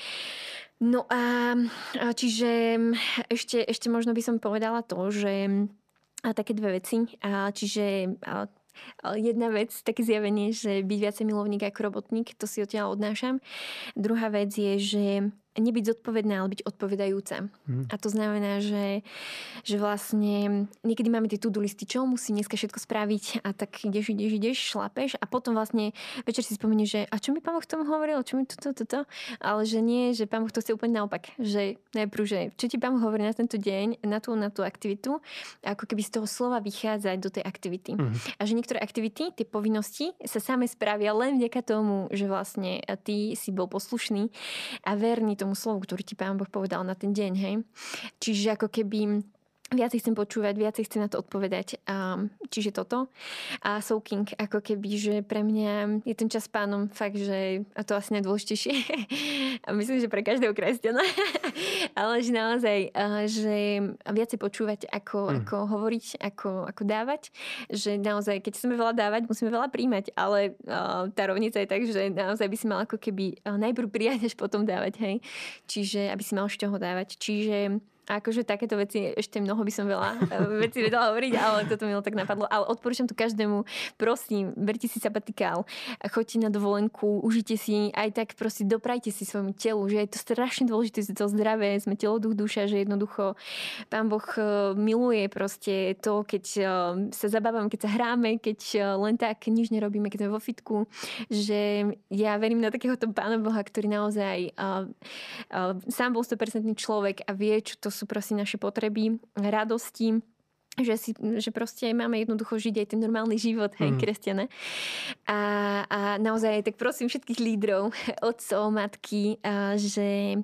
No a čiže ešte, ešte možno by som povedala to, že a také dve veci, a čiže a, jedna vec, také zjavenie, že byť viacej milovník ako robotník, to si odtiaľ odnášam. Druhá vec je, že nebyť zodpovedná, ale byť odpovedajúca. Hmm. A to znamená, že, že vlastne niekedy máme tie to-do listy, čo musím dneska všetko spraviť a tak ideš, ideš, ideš, šlapeš a potom vlastne večer si spomenieš, že a čo mi Pán Boh k tomu hovoril, čo mi toto, toto, ale že nie, že Pán Boh to chce úplne naopak, že najprv, že čo ti Pán Boh hovorí na tento deň, na tú, na tú aktivitu, ako keby z toho slova vychádzať do tej aktivity. Hmm. A že niektoré aktivity, tie povinnosti sa same spravia len vďaka tomu, že vlastne ty si bol poslušný a verný tomu slovu, ktorý ti Pán Boh povedal na ten deň, hej. Čiže ako keby viacej chcem počúvať, viacej chcem na to odpovedať. Um, čiže toto. A soaking, ako keby, že pre mňa je ten čas s Pánom fakt, že a to asi najdôležitejšie. A myslím, že pre každého kresťana. Ale že naozaj, uh, že viacej počúvať, ako, mm. ako hovoriť, ako, ako dávať. Že naozaj, keď chceme veľa dávať, musíme veľa príjmať. Ale uh, tá rovnica je tak, že naozaj by si mal ako keby uh, najprv prijať, až potom dávať, hej. Čiže, aby si mal z čoho dávať. Čiže a akože takéto veci, ešte mnoho by som veľa vecí vedela hovoriť, ale toto mi tak napadlo. Ale odporúčam to každému, prosím, berte si sabatikál, choďte na dovolenku, užite si, aj tak proste doprajte si svojmu telu, že je to strašne dôležité, že to zdravé, sme telo, duch, duša, že jednoducho Pán Boh miluje proste to, keď sa zabávame, keď sa hráme, keď len tak nič nerobíme, keď sme vo fitku, že ja verím na takéhoto Pána Boha, ktorý naozaj uh, uh, sám bol sto percent človek a vie, čo to sú prosím naše potreby, radosti, že, si, že proste máme jednoducho žiť aj ten normálny život, hej, mm. kresťané. A, a naozaj tak prosím všetkých lídrov, otcov, matky, a že,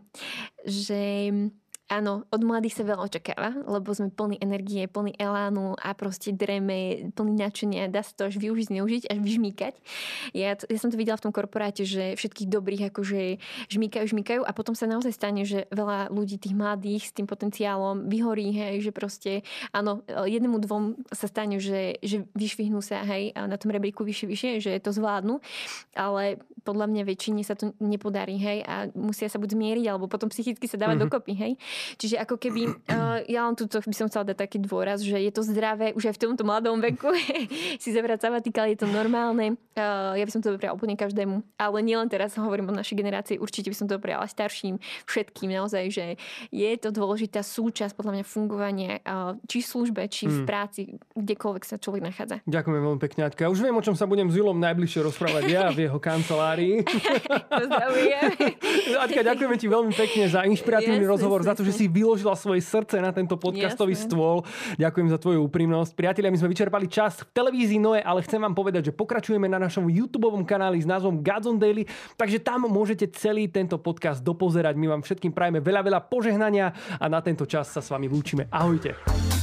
že áno, od mladých sa veľa očakáva, lebo sme plní energie, plní elánu a proste dreme, plní nadšenia, dá sa to až využiť, zneužiť, až vyžmýkať. Ja, ja som to videla v tom korporáte, že všetkých dobrých akože žmýkajú, žmýkajú a potom sa naozaj stane, že veľa ľudí, tých mladých s tým potenciálom vyhorí, hej, že proste, áno, jednému, dvom sa stane, že, že vyšvihnú sa, hej, na tom rebríku vyššie, vyššie, že to zvládnu, ale podľa mňa väčšine sa to nepodarí, hej, a musia sa buď zmieriť, alebo potom psychicky sa dávať mm-hmm. dokopy, hej. Čiže ako keby, uh, ja len tuto by som chcela dať taký dôraz, že je to zdravé, už aj v tomto mladom veku si zabrať sabatikál, je to normálne. Uh, ja by som to dopriala úplne každému, ale nielen teraz hovorím o našej generácii, určite by som to dopriala starším, všetkým naozaj, že je to dôležitá súčasť podľa mňa fungovania, uh, či v službe, či v práci, kdekoľvek sa človek nachádza. Ďakujem veľmi pekne, Aťka. Ja už viem, o čom sa budem s Julom najbližšie rozprávať ja v jeho kancelárii. februári. Pozdravujem. Aťka, ďakujeme ti veľmi pekne za inšpiratívny Jasne, rozhovor, jasne. za to, že si vyložila svoje srdce na tento podcastový Jasne. stôl. Ďakujem za tvoju úprimnosť. Priatelia, my sme vyčerpali čas v televízii Noe, ale chcem vám povedať, že pokračujeme na našom YouTubeovom kanáli s názvom Gods on Daily, takže tam môžete celý tento podcast dopozerať. My vám všetkým prajeme veľa, veľa požehnania a na tento čas sa s vami lúčime. Ahojte.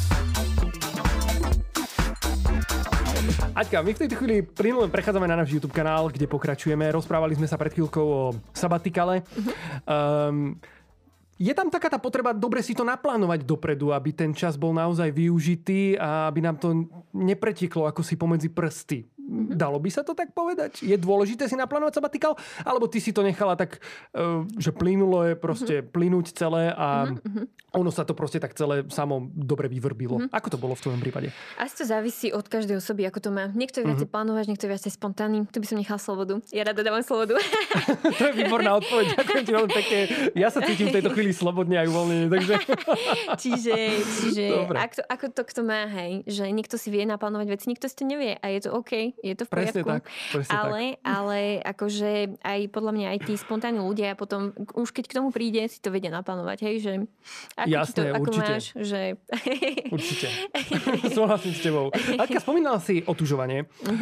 Aťka, my v tejto chvíli plynule prechádzame na náš YouTube kanál, kde pokračujeme. Rozprávali sme sa pred chvíľkou o sabatikale. Uh-huh. Um, je tam taká tá potreba dobre si to naplánovať dopredu, aby ten čas bol naozaj využitý a aby nám to nepreteklo ako si pomedzi prsty. Mm-hmm. Dalo by sa to tak povedať? Je dôležité si naplánovať sabatikál? Alebo ty si to nechala tak, že plynulo je proste mm-hmm. plynúť celé a mm-hmm. ono sa to proste tak celé samo dobre vyvrbilo. Mm-hmm. Ako to bolo v tvojom prípade? Asi to závisí od každej osoby, ako to má. Niekto je viacej mm-hmm. plánovač, niekto je viacej spontánny. Tu by som nechala slobodu. Ja rada dávam slobodu. To je výborná odpoveď. Ďakujem ti veľmi pekne. Ja sa cítim v tejto chvíli slobodne aj uvoľnene. Takže... čiže čiže ako, ako to kto má, hej, že niekto si vie naplánovať veci, niekto si to nevie a je to OK. Je to v presne poriadku. Tak, presne ale, tak. ale akože aj podľa mňa aj tí spontánni ľudia potom už keď k tomu príde, si to vedia naplánovať, hej, že ako jasné, to, ako určite. máš, že... Určite. Súhlasím s tebou. Aťka, spomínala si otužovanie uh-huh.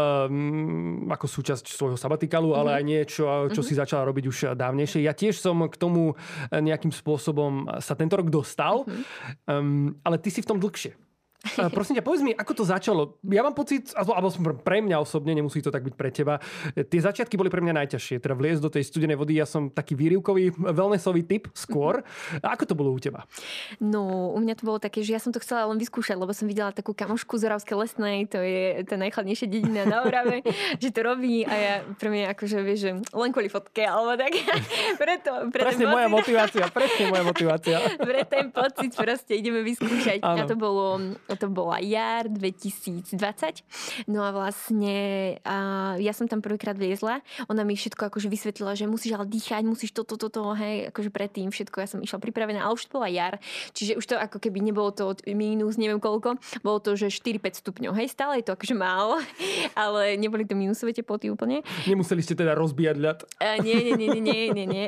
um, ako súčasť svojho sabatikalu, uh-huh. ale aj niečo, čo uh-huh. si začala robiť už dávnejšie. Ja tiež som k tomu nejakým spôsobom sa tento rok dostal, uh-huh. um, ale ty si v tom dlhšie. Uh, prosím ťa, povedz mi, ako to začalo. Ja mám pocit, alebo pre mňa osobne, nemusí to tak byť pre teba, tie začiatky boli pre mňa najťažšie. Teda vliesť do tej studenej vody, ja som taký výrivkový, wellnessový typ skôr. A ako to bolo u teba? No, u mňa to bolo také, že ja som to chcela len vyskúšať, lebo som videla takú kamošku z Oravskej Lesnej, to je tá najchladnejšia dedina na Orave, že to robí a ja pre mňa akože, vieš, že len kvôli fotke, alebo tak. Preto, pre presne moja motivácia, presne moja motivácia. Pre ten pocit proste ideme vyskúšať. Ano. A to bolo to bola jar dvetisícdvadsať. No a vlastne a ja som tam prvýkrát vliezla. Ona mi všetko akože vysvetlila, že musíš ale dýchať, musíš toto, toto, hej, akože predtým všetko. Ja som išla pripravená, ale už to bola jar. Čiže už to ako keby nebolo to mínus, neviem koľko. Bolo to, že štyri päť stupňov. Hej, stále je to akože málo, ale neboli to minusové teploty úplne. Nemuseli ste teda rozbíjať ľad? A nie, nie, nie, nie, nie, nie.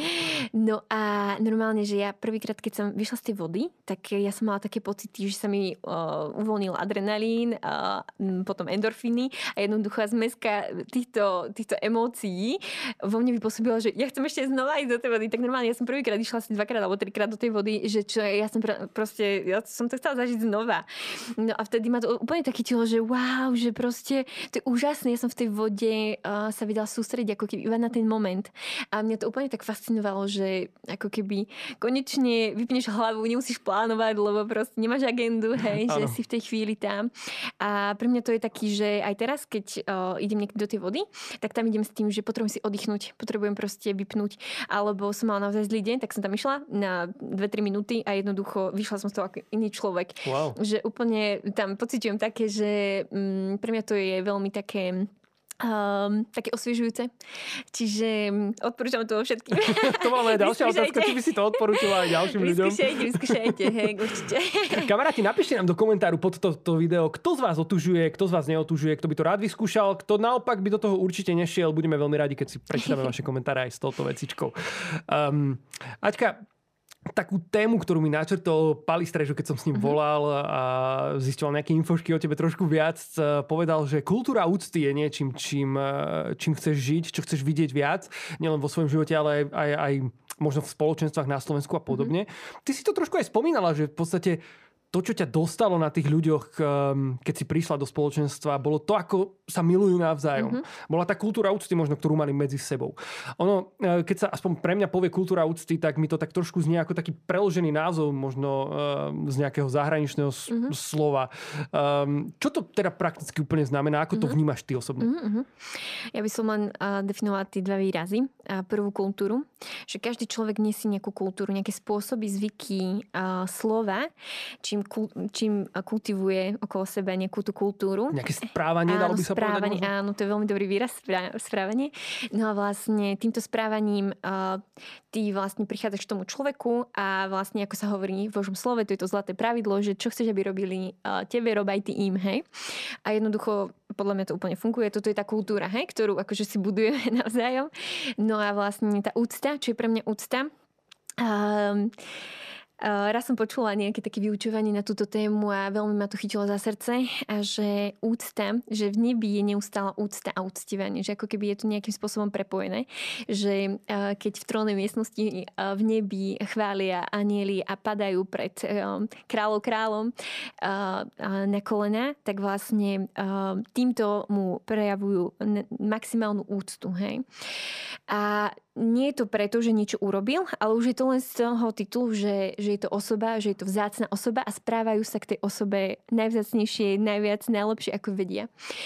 No a normálne, že ja prvýkrát, keď som vyšla z tej vody, tak ja som mala také pocity, že sa mi uh, uvoľnil adrenalín, uh, potom endorfíny a jednoducho zmeska týchto, týchto emócií vo mne vypôsobila, že ja chcem ešte znova ísť do tej vody. Tak normálne, ja som prvýkrát išla asi dvakrát alebo trikrát do tej vody, že čo, ja som pr- proste, ja som to chcela zažiť znova. No a vtedy ma to úplne tak chytilo, že wow, že proste to je úžasné. Ja som v tej vode uh, sa vedela sústrediť ako keby iba na ten moment. A mňa to úplne tak fascinovalo, že ako keby konečne vypneš hlavu, nemusíš plánovať, lebo proste nemáš agendu, hej, že si v tej chvíli tam. A pre mňa to je taký, že aj teraz, keď uh, idem niekde do tej vody, tak tam idem s tým, že potrebujem si oddychnúť, potrebujem proste vypnúť. Alebo som mala naozaj zlý deň, tak som tam išla na dve tri minúty a jednoducho vyšla som z toho ako iný človek. Wow. Že úplne tam pociťujem také, že um, pre mňa to je veľmi také Um, také osviežujúce. Čiže um, odporúčam to všetkým. To bola moja ďalšia otázka, či by si to odporúčila aj ďalším ľuďom. Vyskúšajte, vyskúšajte, hej, určite. Kamaráti, napíšte nám do komentáru pod toto to video, kto z vás otužuje, kto z vás neotužuje, kto by to rád vyskúšal, kto naopak by do toho určite nešiel. Budeme veľmi radi, keď si prečítame vaše komentáre aj s touto vecičkou. Um, Aťka, takú tému, ktorú mi načrtol Pali Strežo, keď som s ním volal a zistil nejaké infošky o tebe trošku viac, povedal, že kultúra úcty je niečím, čím, čím chceš žiť, čo chceš vidieť viac, nielen vo svojom živote, ale aj, aj, aj možno v spoločenstvách na Slovensku a podobne. Mm-hmm. Ty si to trošku aj spomínala, že v podstate to, čo ťa dostalo na tých ľuďoch, keď si prišla do spoločenstva, bolo to, ako sa milujú navzájom. Mm-hmm. Bola tá kultúra úcty možno, ktorú mali medzi sebou. Ono, keď sa aspoň pre mňa povie kultúra úcty, tak mi to tak trošku znie ako taký preložený názov možno z nejakého zahraničného mm-hmm. slova. Čo to teda prakticky úplne znamená? Ako to mm-hmm. vnímaš ty osobne? Mm-hmm. Ja by som len definovala tie dva výrazy. Prvú kultúru, že každý človek nesie nejakú kultúru, nejaké spôsoby, zvyky, slova, čím čím, čím kultivuje okolo seba nejakú tú kultúru. Nejaké správanie, dalo by sa správanie, povedať? Áno, to je veľmi dobrý výraz, správanie. No a vlastne týmto správaním uh, ty vlastne prichádzaš k tomu človeku a vlastne, ako sa hovorí v Božom slove, to je to zlaté pravidlo, že čo chceš, aby robili uh, tebe, rob aj ty im, hej. A jednoducho, podľa mňa to úplne funguje. Toto je tá kultúra, hej, ktorú akože si budujeme navzájom. No a vlastne tá úcta, čo je pre mňa úcta, um, Uh, raz som počula nejaké také vyučovanie na túto tému a veľmi ma to chytilo za srdce a že úcta, že v nebi je neustála úcta a uctívanie, že ako keby je to nejakým spôsobom prepojené, že uh, keď v trónnej miestnosti uh, v nebi chvália anjeli a padajú pred uh, kráľov kráľom uh, uh, na kolena, tak vlastne uh, týmto mu prejavujú n- maximálnu úctu. Hej? A nie je to preto, že niečo urobil, ale už je to len z toho titulu, že, že je to osoba, že je to vzácna osoba a správajú sa k tej osobe najvzácnejšie, najviac, najlepšie, ako vedia.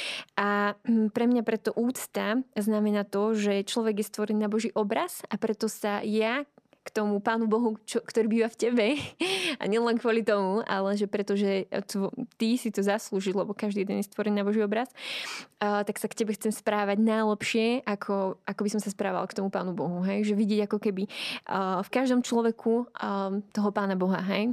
A pre mňa preto úcta znamená to, že človek je stvorený na Boží obraz a preto sa ja k tomu Pánu Bohu, čo, ktorý býva v tebe. A nielen kvôli tomu, ale že pretože tvo, ty si to zaslúžil, lebo každý jeden je stvorený na Boží obraz, uh, tak sa k tebe chcem správať najlepšie, ako, ako by som sa správal k tomu Pánu Bohu. Hej? Že vidieť ako keby uh, v každom človeku uh, toho Pána Boha. Hej?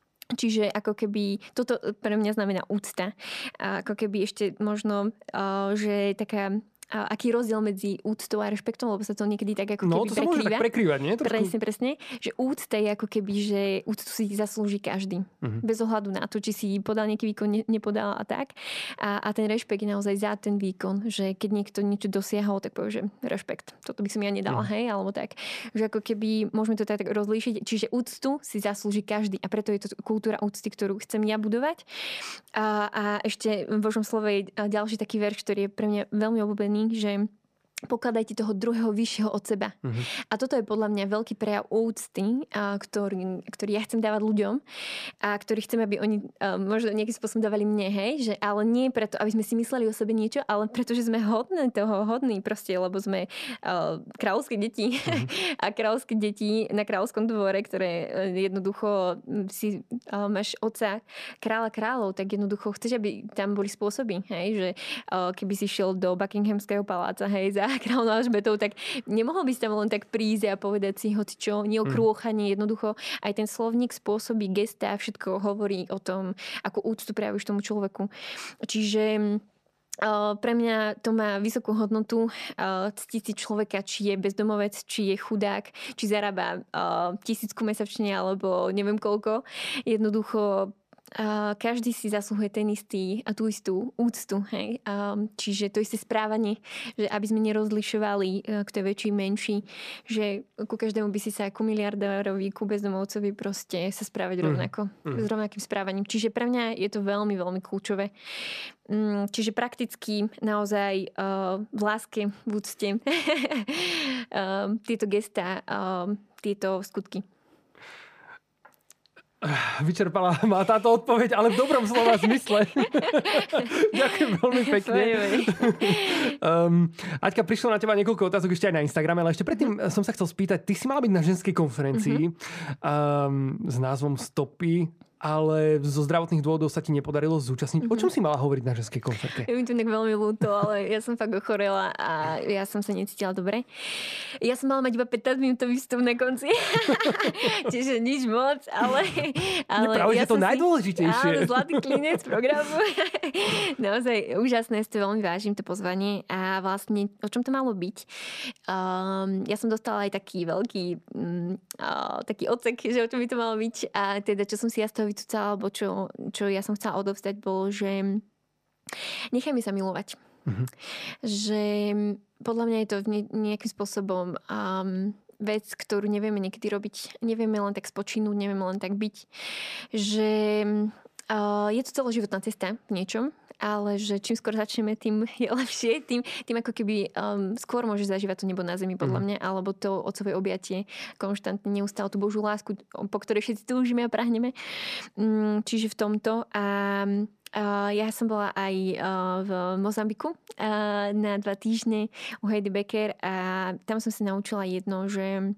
Čiže ako keby, toto pre mňa znamená úcta. A ako keby ešte možno, uh, že taká a aký rozdiel medzi úctou a rešpektom, lebo sa to niekedy tak ako no, keby prekrýva. No, to sa môže tak prekrývať, nie? Trošku... Presne, presne. Že úcta je ako keby, že úctu si zaslúži každý. Uh-huh. Bez ohľadu na to, či si podal nejaký výkon, ne, nepodal a tak. A, a ten rešpekt je naozaj za ten výkon, že keď niekto niečo dosiahol, tak povie, že rešpekt. Toto by som ja nedala, uh-huh. hej, alebo tak. Že ako keby, môžeme to tak rozlíšiť. Čiže úctu si zaslúži každý. A preto je to kultúra úcty, ktorú chcem ja budovať. A, a ešte v Božom slove je ďalší taký verš, ktorý je pre mňa veľmi obľúbený, že pokladajte toho druhého vyššieho od seba. Uh-huh. A toto je podľa mňa veľký prejav úcty, a ktorý, ktorý ja chcem dávať ľuďom a ktorý chcem, aby oni a možno nejakým spôsobom dávali mne, hej, že ale nie preto, aby sme si mysleli o sebe niečo, ale preto, že sme hodné toho, hodní proste, lebo sme uh, kráľovské deti uh-huh. a kráľovské deti na kráľovskom dvore, ktoré jednoducho si uh, máš otca kráľa kráľov, tak jednoducho chceš, aby tam boli spôsoby, hej, že uh, keby si šiel do Buckinghamského paláca, hej, za kráľovnou Alžbetou, tak nemohol by si tam len tak prísť a povedať si hoci čo, neokrôchanie, jednoducho aj ten slovník, spôsoby, gestá, všetko hovorí o tom, ako úctu prejavíš tomu človeku. Čiže Uh, pre mňa to má vysokú hodnotu uh, ctiť si človeka, či je bezdomovec, či je chudák, či zarába uh, tisícku mesačne alebo neviem koľko. Jednoducho Uh, každý si zasluhuje ten istý a tú istú úctu. Hej? Um, čiže to isté správanie, že aby sme nerozlišovali, uh, kto je väčší, menší, že ku každému by si sa ku miliardárovi, ku bezdomovcovi proste sa správať mm. rovnako. Mm. S rovnakým správaním. Čiže pre mňa je to veľmi, veľmi kľúčové. Um, čiže prakticky naozaj uh, v láske, v úcte um, tieto gestá, um, tieto skutky. Vyčerpala ma táto odpoveď, ale v dobrom slova zmysle. Ďakujem veľmi pekne. um, Aťka, prišlo na teba niekoľko otázok ešte aj na Instagrame, ale ešte predtým som sa chcel spýtať, ty si mala byť na ženskej konferencii mm-hmm. um, s názvom Stopy, ale zo zdravotných dôvodov sa ti nepodarilo zúčastniť. Mm-hmm. O čom si mala hovoriť na ženskej konferte? Je mi to tak veľmi ľúto, ale ja som fakt ochorela a ja som sa necítila dobre. Ja som mala mať iba pätnásťminútový vstup na konci. Čiže nič moc, ale... ale Nepravde, ja že to si, najdôležitejšie. Áno, zlatý klinec programu. Naozaj úžasné, to veľmi vážim, to pozvanie. A vlastne, o čom to malo byť? Um, ja som dostala aj taký veľký um, uh, taký odsek, že o čom by to malo byť. A teda, čo som si ja z toho vycúcala, alebo čo, čo ja som chcela odovzdať, bolo, že nechajme sa milovať. Uh-huh. Že podľa mňa je to nejakým spôsobom um, vec, ktorú nevieme niekedy robiť. Nevieme len tak spočinúť, nevieme len tak byť. Že uh, je to celoživotná cesta v niečom, ale že čím skôr začneme, tým je lepšie. Tým, tým ako keby um, skôr môže zažívať to nebo na zemi, podľa mňa, alebo to otcové objatie, konštantne neustále tú Božú lásku, po ktorej všetci túžime a prahneme. Um, čiže v tomto. A Uh, ja som bola aj uh, v Mozambiku uh, na dva týždne u Heidi Becker a tam som si naučila jedno, že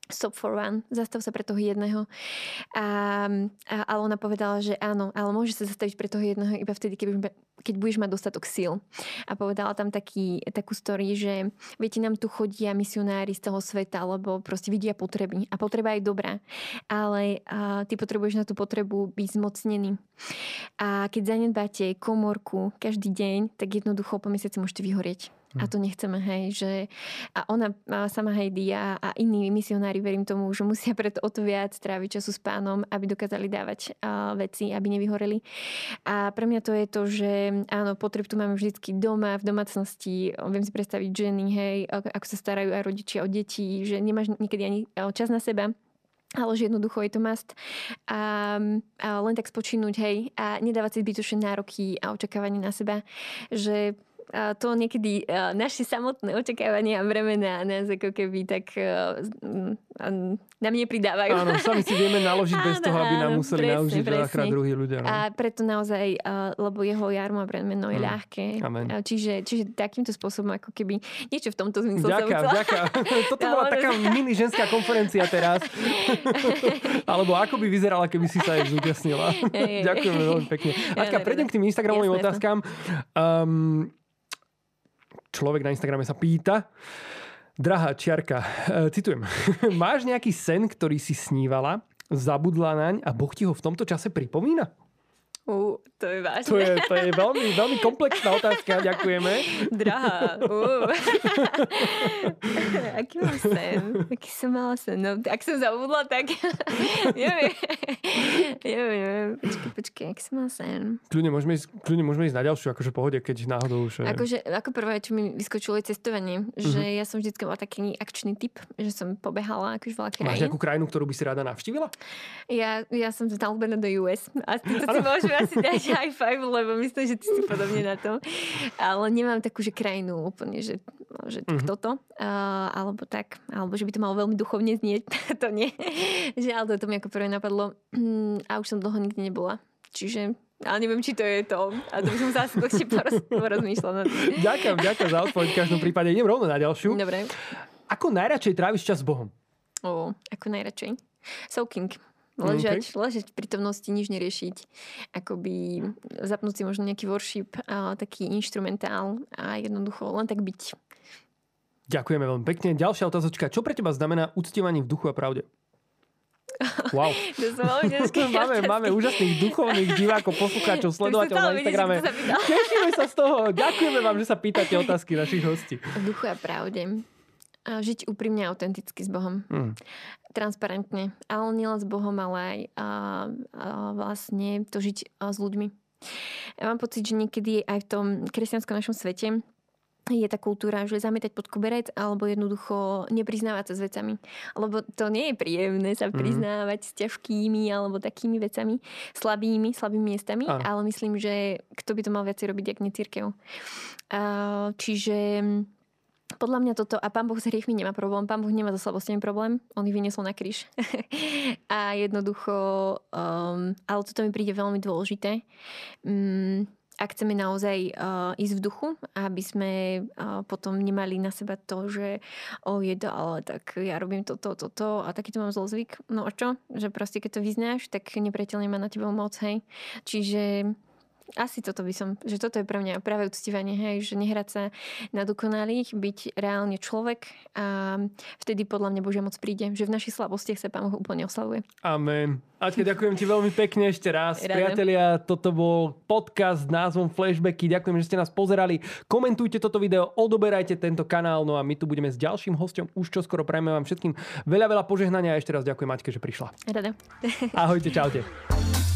stop for one, zastav sa pre toho jedného. A, a, ale ona povedala, že áno, ale môžeš sa zastaviť pre toho jedného iba vtedy, keď, keď budeš mať dostatok síl. A povedala tam taký, takú story, že viete, nám tu chodia misionári z toho sveta, lebo proste vidia potreby. A potreba je dobrá. Ale a, ty potrebuješ na tú potrebu byť zmocnený. A keď zanedbáte komórku každý deň, tak jednoducho po mesiaci môžete vyhorieť. A to nechceme, hej, že a ona sama Heidi a, a iní misionári, verím tomu, že musia preto o to viac tráviť času s pánom, aby dokázali dávať uh, veci, aby nevyhoreli. A pre mňa to je to, že áno, potreb tu máme vždycky doma, v domácnosti, viem si predstaviť ženy, hej, ako sa starajú aj rodičia o deti, že nemáš niekedy ani čas na seba. Ale že jednoducho je to must. A, a len tak spočinúť, hej, a nedávať si zbytočné nároky a očakávanie na seba, že a to niekedy uh, naše samotné očakávania a bremená nás ako keby tak uh, nám nepridávajú. Áno, sami si vieme naložiť bez áno, toho, aby nám áno, museli presne, naložiť veľakrát druhí ľudia. No. A preto naozaj, uh, lebo jeho jarmo a bremeno je hmm. ľahké. Amen. Čiže, čiže takýmto spôsobom ako keby niečo v tomto zmysle ďaká, som chcela. Ďaká. Toto bola taká mini ženská konferencia teraz. Alebo ako by vyzerala, keby si sa jej zúčastnila. Ďakujem veľmi pekne. Aťka, prejdem k tým Instagramovým otázkam. Um, Človek na Instagrame sa pýta, drahá čiarka, e, citujem, máš nejaký sen, ktorý si snívala, zabudla naň a Boh ti ho v tomto čase pripomína? Uh, to je vážne. To je, to je veľmi, veľmi komplexná otázka, ďakujeme. Drahá. Uh. Aký mám sen? Aký som mala sen? No, ak som zabudla, tak neviem. neviem, neviem. Počkej, počkej, aký som mala sen? Kľudne môžeme ísť, kľudne môžeme ísť na ďalšiu, akože pohode, keď náhodou už... Akože, ako prvé, čo mi vyskočilo je cestovanie. Že uh-huh. ja som vždycky mala taký akčný typ, že som pobehala akože veľa krajín. Máš nejakú krajinu, ktorú by si rada navštívila? Ja, ja som zalúbená do ú es. A to si môžeme asi dať high five, lebo myslím, že ty si podobne na tom. Ale nemám takú, že krajinu úplne, že, že mm-hmm. toto. Uh, alebo tak. Alebo že by to malo veľmi duchovne znieť. To nie. Že, ale to mi ako prvé napadlo. A už som dlho nikde nebola. Čiže ale neviem, či to je to. A to by som sa asi dlhšie poroz, porozmýšľala. Ďakujem, ďakujem za odpoveď v každom prípade. Idem rovno na ďalšiu. Dobre. Ako najradšej tráviš čas s Bohom? O, ako najradšej. Soaking. Ležať, okay. ležať v prítomnosti, nič neriešiť. Akoby zapnúť si možno nejaký worship, a taký inštrumentál a jednoducho len tak byť. Ďakujeme veľmi pekne. Ďalšia otázočka. Čo pre teba znamená uctievanie v duchu a pravde? Wow. To som veľmi ťažké. máme, máme úžasných duchovných divákov, poslucháčov, sledovateľov na Instagrame. Tešíme sa z toho. Ďakujeme vám, že sa pýtate otázky našich hostí. V duchu a pravde. A žiť úprimne a autenticky s Bohom. Hmm. Transparentne. Ale nielen s Bohom, ale aj a, a vlastne to žiť a, s ľuďmi. Ja mám pocit, že niekedy aj v tom kresťanskom našom svete je tá kultúra, že zametať pod koberec alebo jednoducho nepriznávať sa s vecami. Lebo to nie je príjemné sa priznávať mm. s ťažkými alebo takými vecami, slabými, slabými miestami, ah. ale myslím, že kto by to mal viacej robiť, jak nie cirkev. Uh, čiže podľa mňa toto, a Pán Boh s hriechmi nemá problém, Pán Boh nemá so slabosťami problém, on ich vyniesol na kríž. A jednoducho, um, ale toto mi príde veľmi dôležité. Um, ak chceme naozaj uh, ísť v duchu, aby sme uh, potom nemali na seba to, že o jeda, ale tak ja robím toto, toto a takýto mám zlozvyk. No a čo? Že proste keď to vyznáš, tak nepriateľ nemá na teba moc, hej. Čiže asi toto by som, že toto je pre mňa práve uctívanie, hej, že nehrať sa na dokonalých, byť reálne človek a vtedy podľa mňa Božia moc príde, že v našich slabostiach sa Pán Boh úplne oslavuje. Amen. Aťka, ďakujem ti veľmi pekne ešte raz. Rada. Priatelia, toto bol podcast s názvom Flashbacky. Ďakujem, že ste nás pozerali. Komentujte toto video, odoberajte tento kanál, no a my tu budeme s ďalším hosťom. Už čoskoro prajeme vám všetkým veľa, veľa požehnania a ešte raz ďakujem Aťke, že prišla. Rada. Ahojte, čaute.